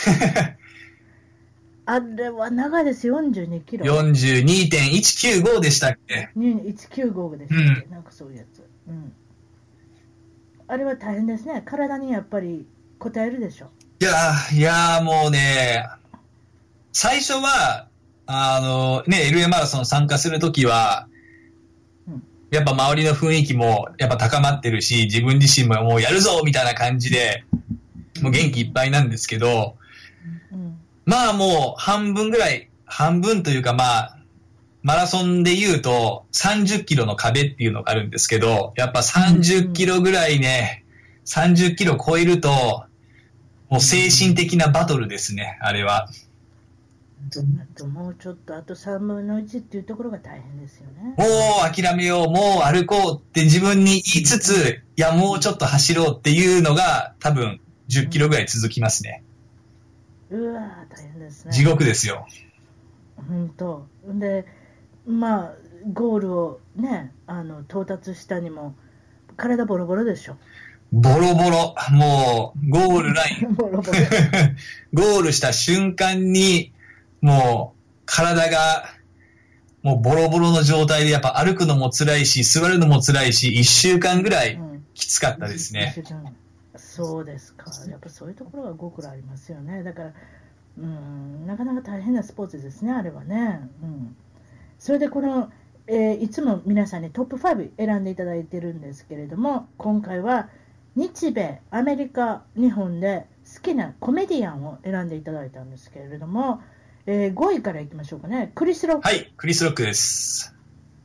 あれは長いです。よんじゅうにキロ。 よんじゅうにてんいちきゅうご でしたっけ？ いちきゅうごでしたっけ、うん、なんかそういうやつ。うん。 あれは大変ですね。体にやっぱり応えるでしょ。 いやー、いやーもうね、最初は、あの、ね、エルエー マラソン参加するときは、 うん、 やっぱ周りの雰囲気もやっぱ高まってるし、自分自身ももうやるぞみたいな感じで、もう元気いっぱいなんですけど、 うん、 まあもう半分ぐらい、半分というかまあ、マラソンで言うとさんじゅっキロの壁っていうのがあるんですけど、やっぱさんじゅっキロぐらいね、さんじゅっキロ超えると、もう精神的なバトルですね、あれは。 あともうちょっと、あとさんぶんのいちっていうところが大変ですよね。 もう諦めよう、もう歩こうって自分に言いつつ、いやもうちょっと走ろうっていうのが多分じゅっキロぐらい続きますね。 うわー、大変ですね。 地獄ですよ。 本当。で、まあ、ゴールをね、あの到達したにも、体ボロボロでしょ。 ボロボロ。もう、ゴールライン。 ボロボロ。 ゴールした瞬間に、もう、体が、もうボロボロの状態で、やっぱ歩くのも辛いし、座るのも辛いし、一週間ぐらいきつかったですね。 うん、そうですか。やっぱそういうところがごくらいありますよね。だから、うん、なかなか大変なスポーツですね、あれはね。うん、それでこの、えー、いつも皆さんにトップご選んでいただいてるんですけれども、今回は日米、アメリカ、日本で好きなコメディアンを選んでいただいたんですけれども、えー、ごいからいきましょうかね。クリス・ロック。 はい、クリス・ロックです。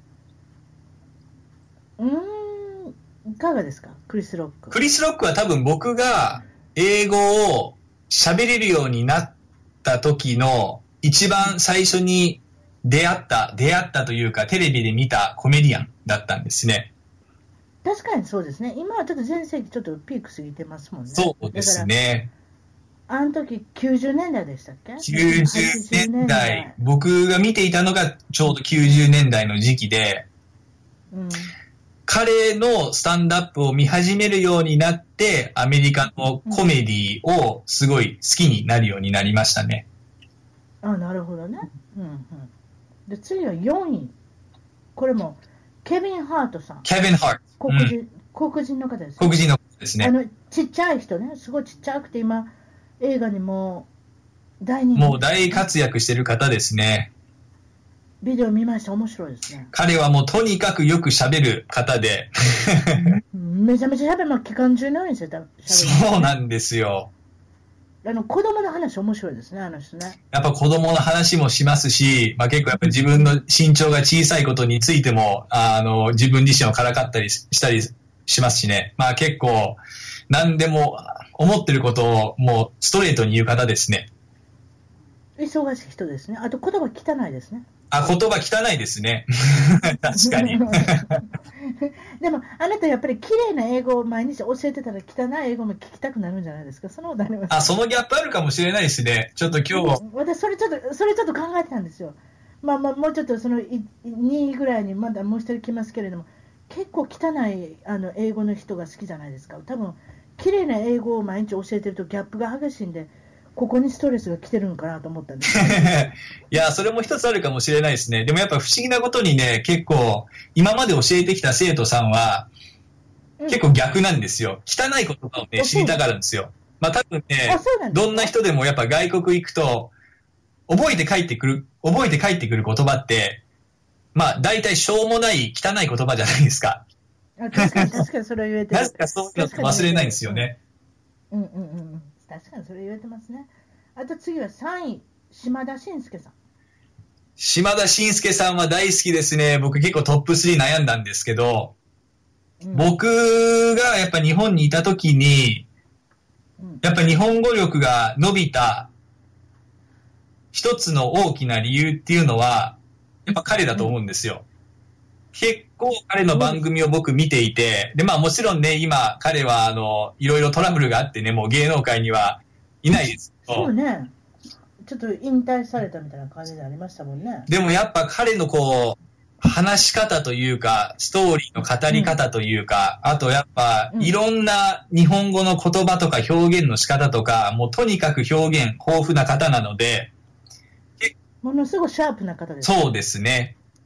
うーん、いかがですか、クリス・ロック。 クリス・ロックは多分僕が英語を喋れるようになった時の一番最初に出会った、出会ったというかテレビで見たコメディアンだったんですね。 確かにそうですね。今はちょっと全盛期ちょっとピーク過ぎてますもんね。 そうですね。 あの時きゅうじゅうねんだいでしたっけ？ きゅうじゅうねんだい。僕が見ていたのがちょうどきゅうじゅうねんだいの時期で、 うん、 彼のスタンダップを見始めるようになって、アメリカのコメディをすごい好きになるようになりましたね。 あ、なるほどね。うんうん、で次はよんい。これもケビン・ハートさん。 ケビン・ハート。 黒人、うん、黒人の方ですね。 黒人の方ですね。 あのちっちゃい人ね、すごいちっちゃくて今映画にも大人気、 ね、もう大活躍してる方ですね。 ビデオ見ました。面白いですね。 彼はもうとにかくよく喋る方でめちゃめちゃ喋る、まあ、期間中のようにしてた。 そうなんですよ。 あの子供の話面白いですね、あの人ね。 やっぱ子供の話もしますし、まあ、結構やっぱり自分の身長が小さいことについても、あの、自分自身をからかったりしたりしますしね。まあ結構、何でも思ってることをもうストレートに言う方ですね。 忙しい人ですね。あと言葉汚いですね。 あ、言葉汚いですね。確かに。 でも、あなたやっぱり綺麗な英語を毎日教えてたら汚い英語も聞きたくなるんじゃないですか。そのことありますか？ あ、そのギャップあるかもしれないですね。ちょっと今日。 私、それちょっと、それちょっと考えてたんですよ。まあまあ、もうちょっとそのにいぐらいにまだもう一人来ますけれども、結構汚いあの英語の人が好きじゃないですか。多分、綺麗な英語を毎日教えてるとギャップが激しいんで、ここにストレスが来てるのかなと思ったんですいや、それも一つあるかもしれないですね。でもやっぱ不思議なことにね、結構、今まで教えてきた生徒さんは、結構逆なんですよ。汚い言葉をね、知りたがるんですよ。まあ多分ね、どんな人でもやっぱ外国行くと、覚えて帰ってくる、覚えて帰ってくる言葉って、まあ大体しょうもない汚い言葉じゃないですか。 あ、確かに確かにそれを言えてる。 なぜかそういうの忘れないんですよね。 うんうんうんうん。確かにそれ言えてますね。あと次はさんい、島田紳介さん。 島田紳介さんは大好きですね。僕結構トップスリー悩んだんですけど、うん、僕がやっぱ日本にいた時に、やっぱ日本語力が伸びた一つの大きな理由っていうのは、やっぱ彼だと思うんですよ。うん、結構彼の番組を僕見ていて、で、まあもちろんね、今彼はあの、いろいろトラブルがあってね、もう芸能界にはいないですけど。 そうね。ちょっと引退されたみたいな感じでありましたもんね。 でもやっぱ彼のこう、話し方というか、ストーリーの語り方というか、うん、あとやっぱ、いろんな日本語の言葉とか表現の仕方とか、もうとにかく表現豊富な方なので、 ものすごいシャープな方です。 そうですね。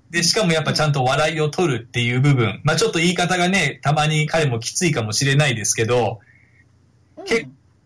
で、しかもやっぱちゃんと笑いを取るっていう部分。まあちょっと言い方がね、たまに彼もきついかもしれないですけど、 うん、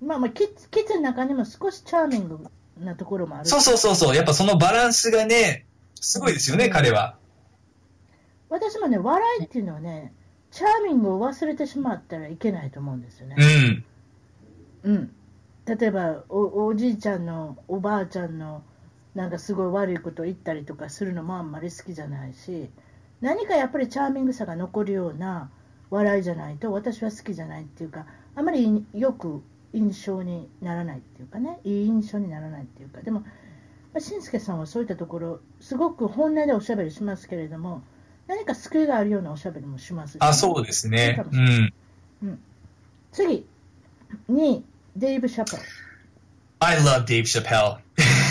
まあまあ、キッズ、キッズの中にも少しチャーミングなところもある。 そうそうそうそう。やっぱそのバランスがね、すごいですよね、うん、彼は。 私もね、笑いっていうのはね、チャーミングを忘れてしまったらいけないと思うんですよね。うん。うん。例えばお、おじいちゃんの、おばあちゃんの、なんかすごい悪いことを言ったりとかするのもあんまり好きじゃないし、何かやっぱりチャーミングさが残るような笑いじゃないと私は好きじゃないっていうか、あまりよく印象にならないっていうかね、いい印象にならないっていうか、でも、しんすけさんはそういったところ、すごく本音でおしゃべりしますけれども、何か救いがあるようなおしゃべりもしますし、ね、 あ、そうですね。うん。 うん、次、にい、デイブ・シャペル。 I love Dave Chappelle.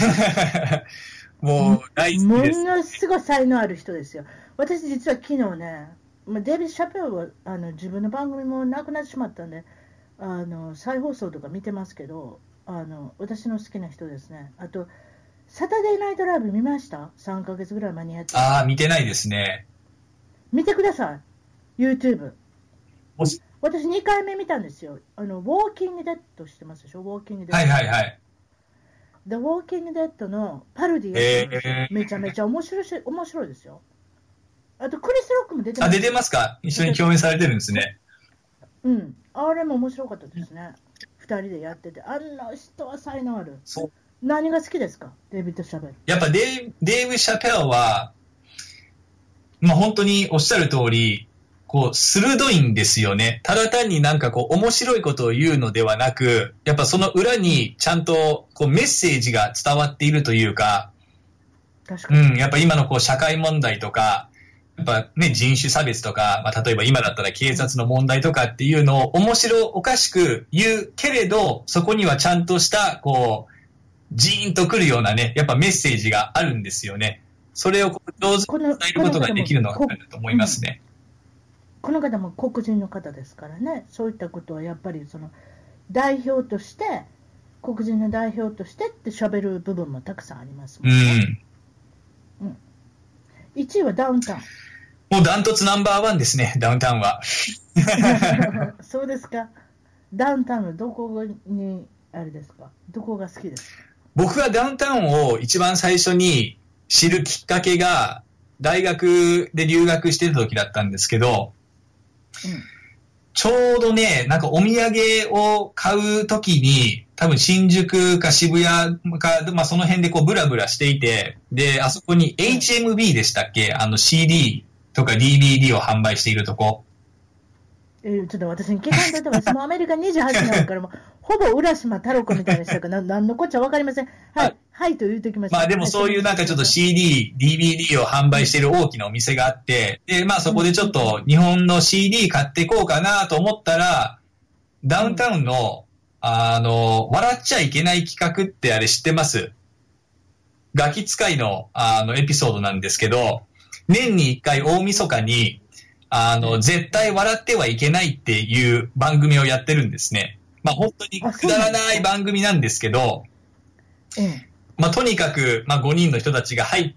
もう大好きです。 ものすごい才能ある人ですよ。私実は昨日ね、デイビッド・シャペルはあの自分の番組もなくなってしまったんで、あの再放送とか見てますけど、あの私の好きな人ですね。あと、サタデーナイトライブ見ました？ さん ヶ月ぐらい前にやって。 ああ、見てないですね。 見てください。YouTube。私にかいめ見たんですよ。あの、ウォーキングデッドしてますでしょ？ウォーキングデッド。 はいはいはい。 The Walking Dead のパロディやってるんですよ、えー、めちゃめちゃ面白いし、面白いですよ。あとクリス・ロックも出てます。 あ、出てますか？一緒に共演されてるんですね。 うん、あれも面白かったですね。ふたりでやってて、あんな人は才能ある。 そう。 何が好きですか？デイビッド・シャペル。 やっぱデイ、デイブ・シャペルは、まあ本当におっしゃる通り、こう、鋭いんですよね。ただ単になんかこう、面白いことを言うのではなく、やっぱその裏にちゃんとこうメッセージが伝わっているというか、 確かに。 うん、やっぱ今のこう、社会問題とか、やっぱね、人種差別とか、まあ例えば今だったら警察の問題とかっていうのを面白おかしく言うけれど、そこにはちゃんとした、こう、ジーンとくるようなね、やっぱメッセージがあるんですよね。それをこう上手に伝えることができるのがあると思いますね。 この方も黒人の方ですからね、そういったことはやっぱりその代表として、黒人の代表としてって喋る部分もたくさんありますもんね。うん。うん、いちいはダウンタウン。 もうダントツナンバーワンですね、ダウンタウンは。 そうですか。ダウンタウンのどこにあれですか？どこが好きですか？ 僕がダウンタウンを一番最初に知るきっかけが、大学で留学してた時だったんですけど、うん、ちょうどね、なんかお土産を買う時に、多分新宿か渋谷か、まあその辺でこうブラブラしていて、で、あそこに エイチエムビー でしたっけ？あの シーディー とか ディービーディー を販売しているとこ。 えー、ちょっと私に聞かんといてます。もうアメリカにじゅうはちになるからもう、ほぼ浦島太郎子みたいな人が何のこっちゃ分かりません。はい、はいと言うときました。 まあでもそういうなんかちょっと シーディー、ディービーディー を販売している大きなお店があって、で、まあそこでちょっと日本の シーディー 買っていこうかなと思ったら、ダウンタウンの、あの、笑っちゃいけない企画ってあれ知ってます？ガキ使いの、あの、エピソードなんですけど、年に一回大晦日に、あの、絶対笑ってはいけないっていう番組をやってるんですね。まあ本当にくだらない番組なんですけど、 うん、 まあとにかく、まあごにんの人たちが入って、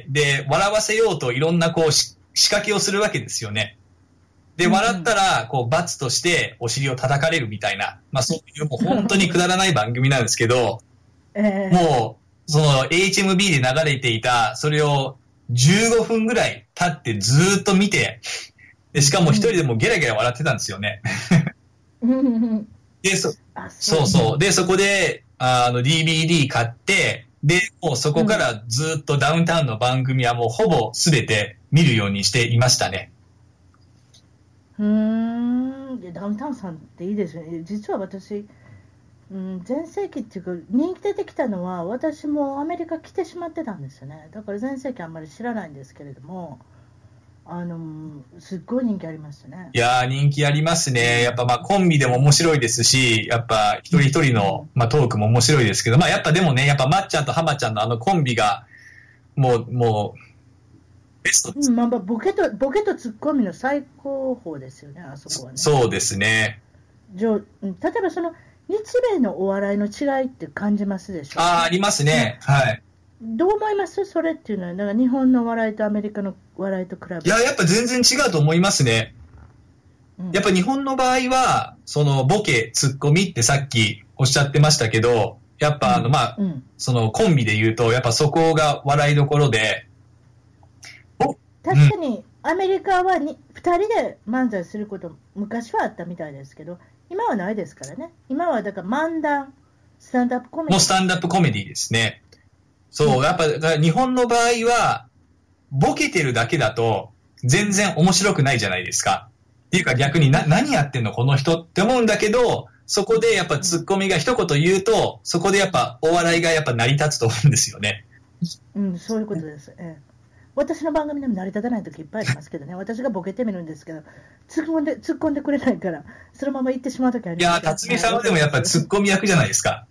で、笑わせようといろんなこう仕掛けをするわけですよね。で、笑ったら、こう、罰としてお尻を叩かれるみたいな、まあそういうもう本当にくだらない番組なんですけど、 えー、 もう、その エイチエムビー で流れていた、それをじゅうごふんぐらい経ってずーっと見て、でしかも一人でもゲラゲラ笑ってたんですよね。で、そ、そうそう。で、そこで、あの、ディービーディー 買って、で、もうそこからずっとダウンタウンの番組はもうほぼすべて見るようにしていましたね。 うーん。で、ダウンタウンさんっていいですよね。実は私、うん、全盛期っていうか、人気出てきたのは、私もアメリカ来てしまってたんですよね。だから全盛期あんまり知らないんですけれども、あのすっごい人気ありましたね。 いやー人気ありますね。やっぱまあコンビでも面白いですし、やっぱ一人一人のまあトークも面白いですけど、まあやっぱでもね、やっぱまっちゃんとはまちゃんのあのコンビがもうもうベストです。 うん、まあボケとボケとツッコミの最高峰ですよね、あそこはね。 そうですね。 じゃ例えばその日米のお笑いの違いって感じますでしょうか？ ああ、ありますね。はい。 どう思いますそれっていうのは、だから日本の笑いとアメリカの笑いと比べて。 いや、やっぱ全然違うと思いますね。うん、やっぱ日本の場合は、そのボケ、ツッコミってさっきおっしゃってましたけど、やっぱあの、まあ、うん、そのコンビで言うと、やっぱそこが笑いどころで。 確かに、アメリカはにふたりで漫才すること、昔はあったみたいですけど、今はないですからね。今はだから漫談、スタンダップコメディ。 もうスタンダップコメディですね。そう、やっぱ日本の場合は、ボケてるだけだと全然面白くないじゃないですか。っていうか逆にな何やってんのこの人って思うんだけど、そこでやっぱツッコミが一言言うと、そこでやっぱお笑いがやっぱ成り立つと思うんですよね。 うん、そういうことです。ええ、私の番組でも成り立たない時いっぱいありますけどね、私がボケてみるんですけど、突っ込んで、突っ込んでくれないから、そのまま行ってしまう時あります。 いや、辰巳さんはでもやっぱツッコミ役じゃないですか。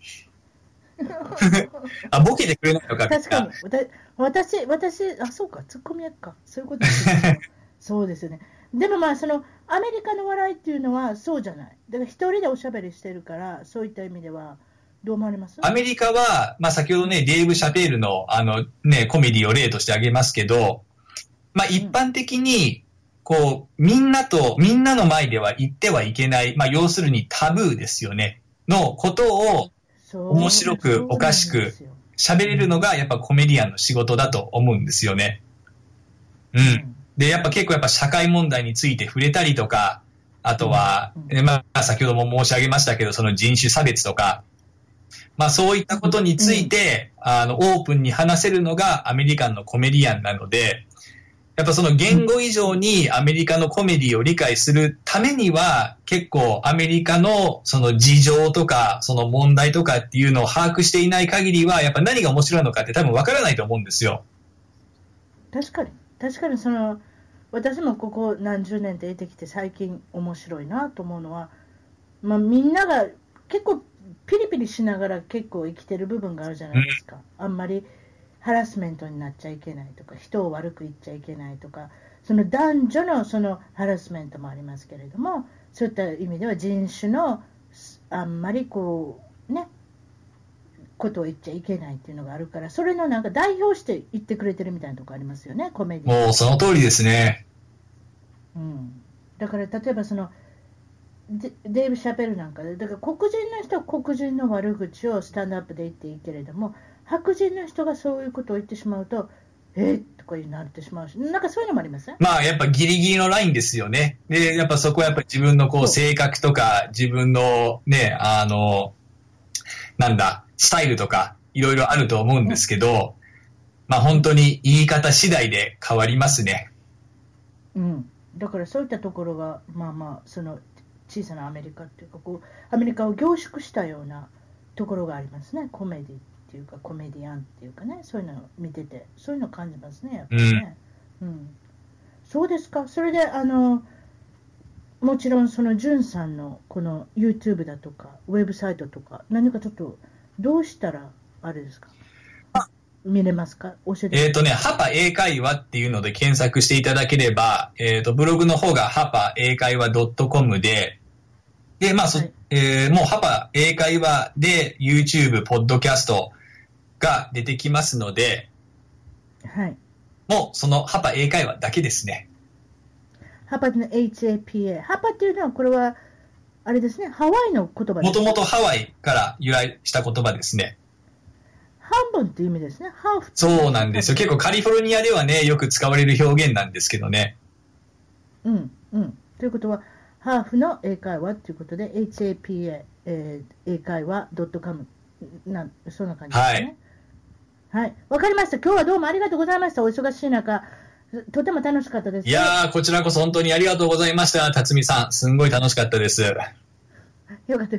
あ、ボケてくれないのか。 確かに。私、私、あ、そうか、ツッコミ役か。そういうことですね。そうですよね。でもまあ、その、アメリカの笑いっていうのはそうじゃない。だから一人でおしゃべりしてるから、そういった意味では、どう思われます？ アメリカは、まあ先ほどね、デーブ・シャペールの、あのね、コメディを例として挙げますけど、まあ一般的に、こう、みんなと、みんなの前では言ってはいけない、まあ要するにタブーですよね、のことを、面白くおかしく喋れるのがやっぱコメディアンの仕事だと思うんですよね。うん。で、やっぱ結構やっぱ社会問題について触れたりとか、あとは、うん、まあ先ほども申し上げましたけど、その人種差別とか、まあそういったことについて、うん、あの、オープンに話せるのがアメリカンのコメディアンなので、やっぱその言語以上にアメリカのコメディを理解するためには、結構アメリカのその事情とか、その問題とかっていうのを把握していない限りは、やっぱ何が面白いのかって多分わからないと思うんですよ。 確かに。確かにその、私もここ何十年って得てきて最近面白いなと思うのは、まあみんなが結構ピリピリしながら結構生きてる部分があるじゃないですか。うん、あんまりハラスメントになっちゃいけないとか、人を悪く言っちゃいけないとか、その男女のそのハラスメントもありますけれども、そういった意味では人種のあんまりこうね、ことを言っちゃいけないっていうのがあるから、それのなんか代表して言ってくれてるみたいなとこありますよね、コメディ。 もうその通りですね。 うん。だから例えばそのデデイブ・シャペルなんかで、だから黒人の人は黒人の悪口をスタンドアップで言っていいけれども、白人の人がそういうことを言ってしまうと、えー、とかになってしまうし、なんかそういうのもありますね。 まあやっぱギリギリのラインですよね。で、やっぱそこはやっぱ自分のこう性格とか、自分のね、あの、なんだ、スタイルとか、いろいろあると思うんですけど、ね、まあ本当に言い方次第で変わりますね。 うん。だからそういったところが、まあまあ、その小さなアメリカっていうか、こう、アメリカを凝縮したようなところがありますね、コメディっていうかコメディアンっていうかね、そういうのを見ててそういうのを感じますね、やっぱりね、うんうん、そうですか。それであのもちろんそのジュンさんのこの YouTube だとかウェブサイトとか何かちょっとどうしたらあれですか、見れますか、教えて。 えっとね、ハパ英会話っていうので検索していただければ、えっとブログの方がハパ英会話 .com で、で、まあそ、はい、えー、もうハパ英会話で YouTube、ポッドキャストが出てきますので、 はい。 もうそのハパ英会話だけですね。 ハパの エイチエーピーエー。ハパっていうのはこれは、あれですね、ハワイの言葉です。 もともとハワイから由来した言葉ですね。 半分っていう意味ですね。ハーフ。 そうなんですよ。結構カリフォルニアではね、よく使われる表現なんですけどね。 うん、うん。ということは、ハーフの英会話ということで、エイチエーピーエー、えー、英会話 .com な、そんな感じですね。はい。はい。わかりました。今日はどうもありがとうございました。お忙しい中、とても楽しかったです。 いやー、こちらこそ本当にありがとうございました。辰巳さん、すんごい楽しかったです。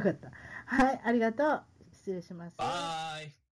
よかったよかった。はい、ありがとう。失礼します。 バイ。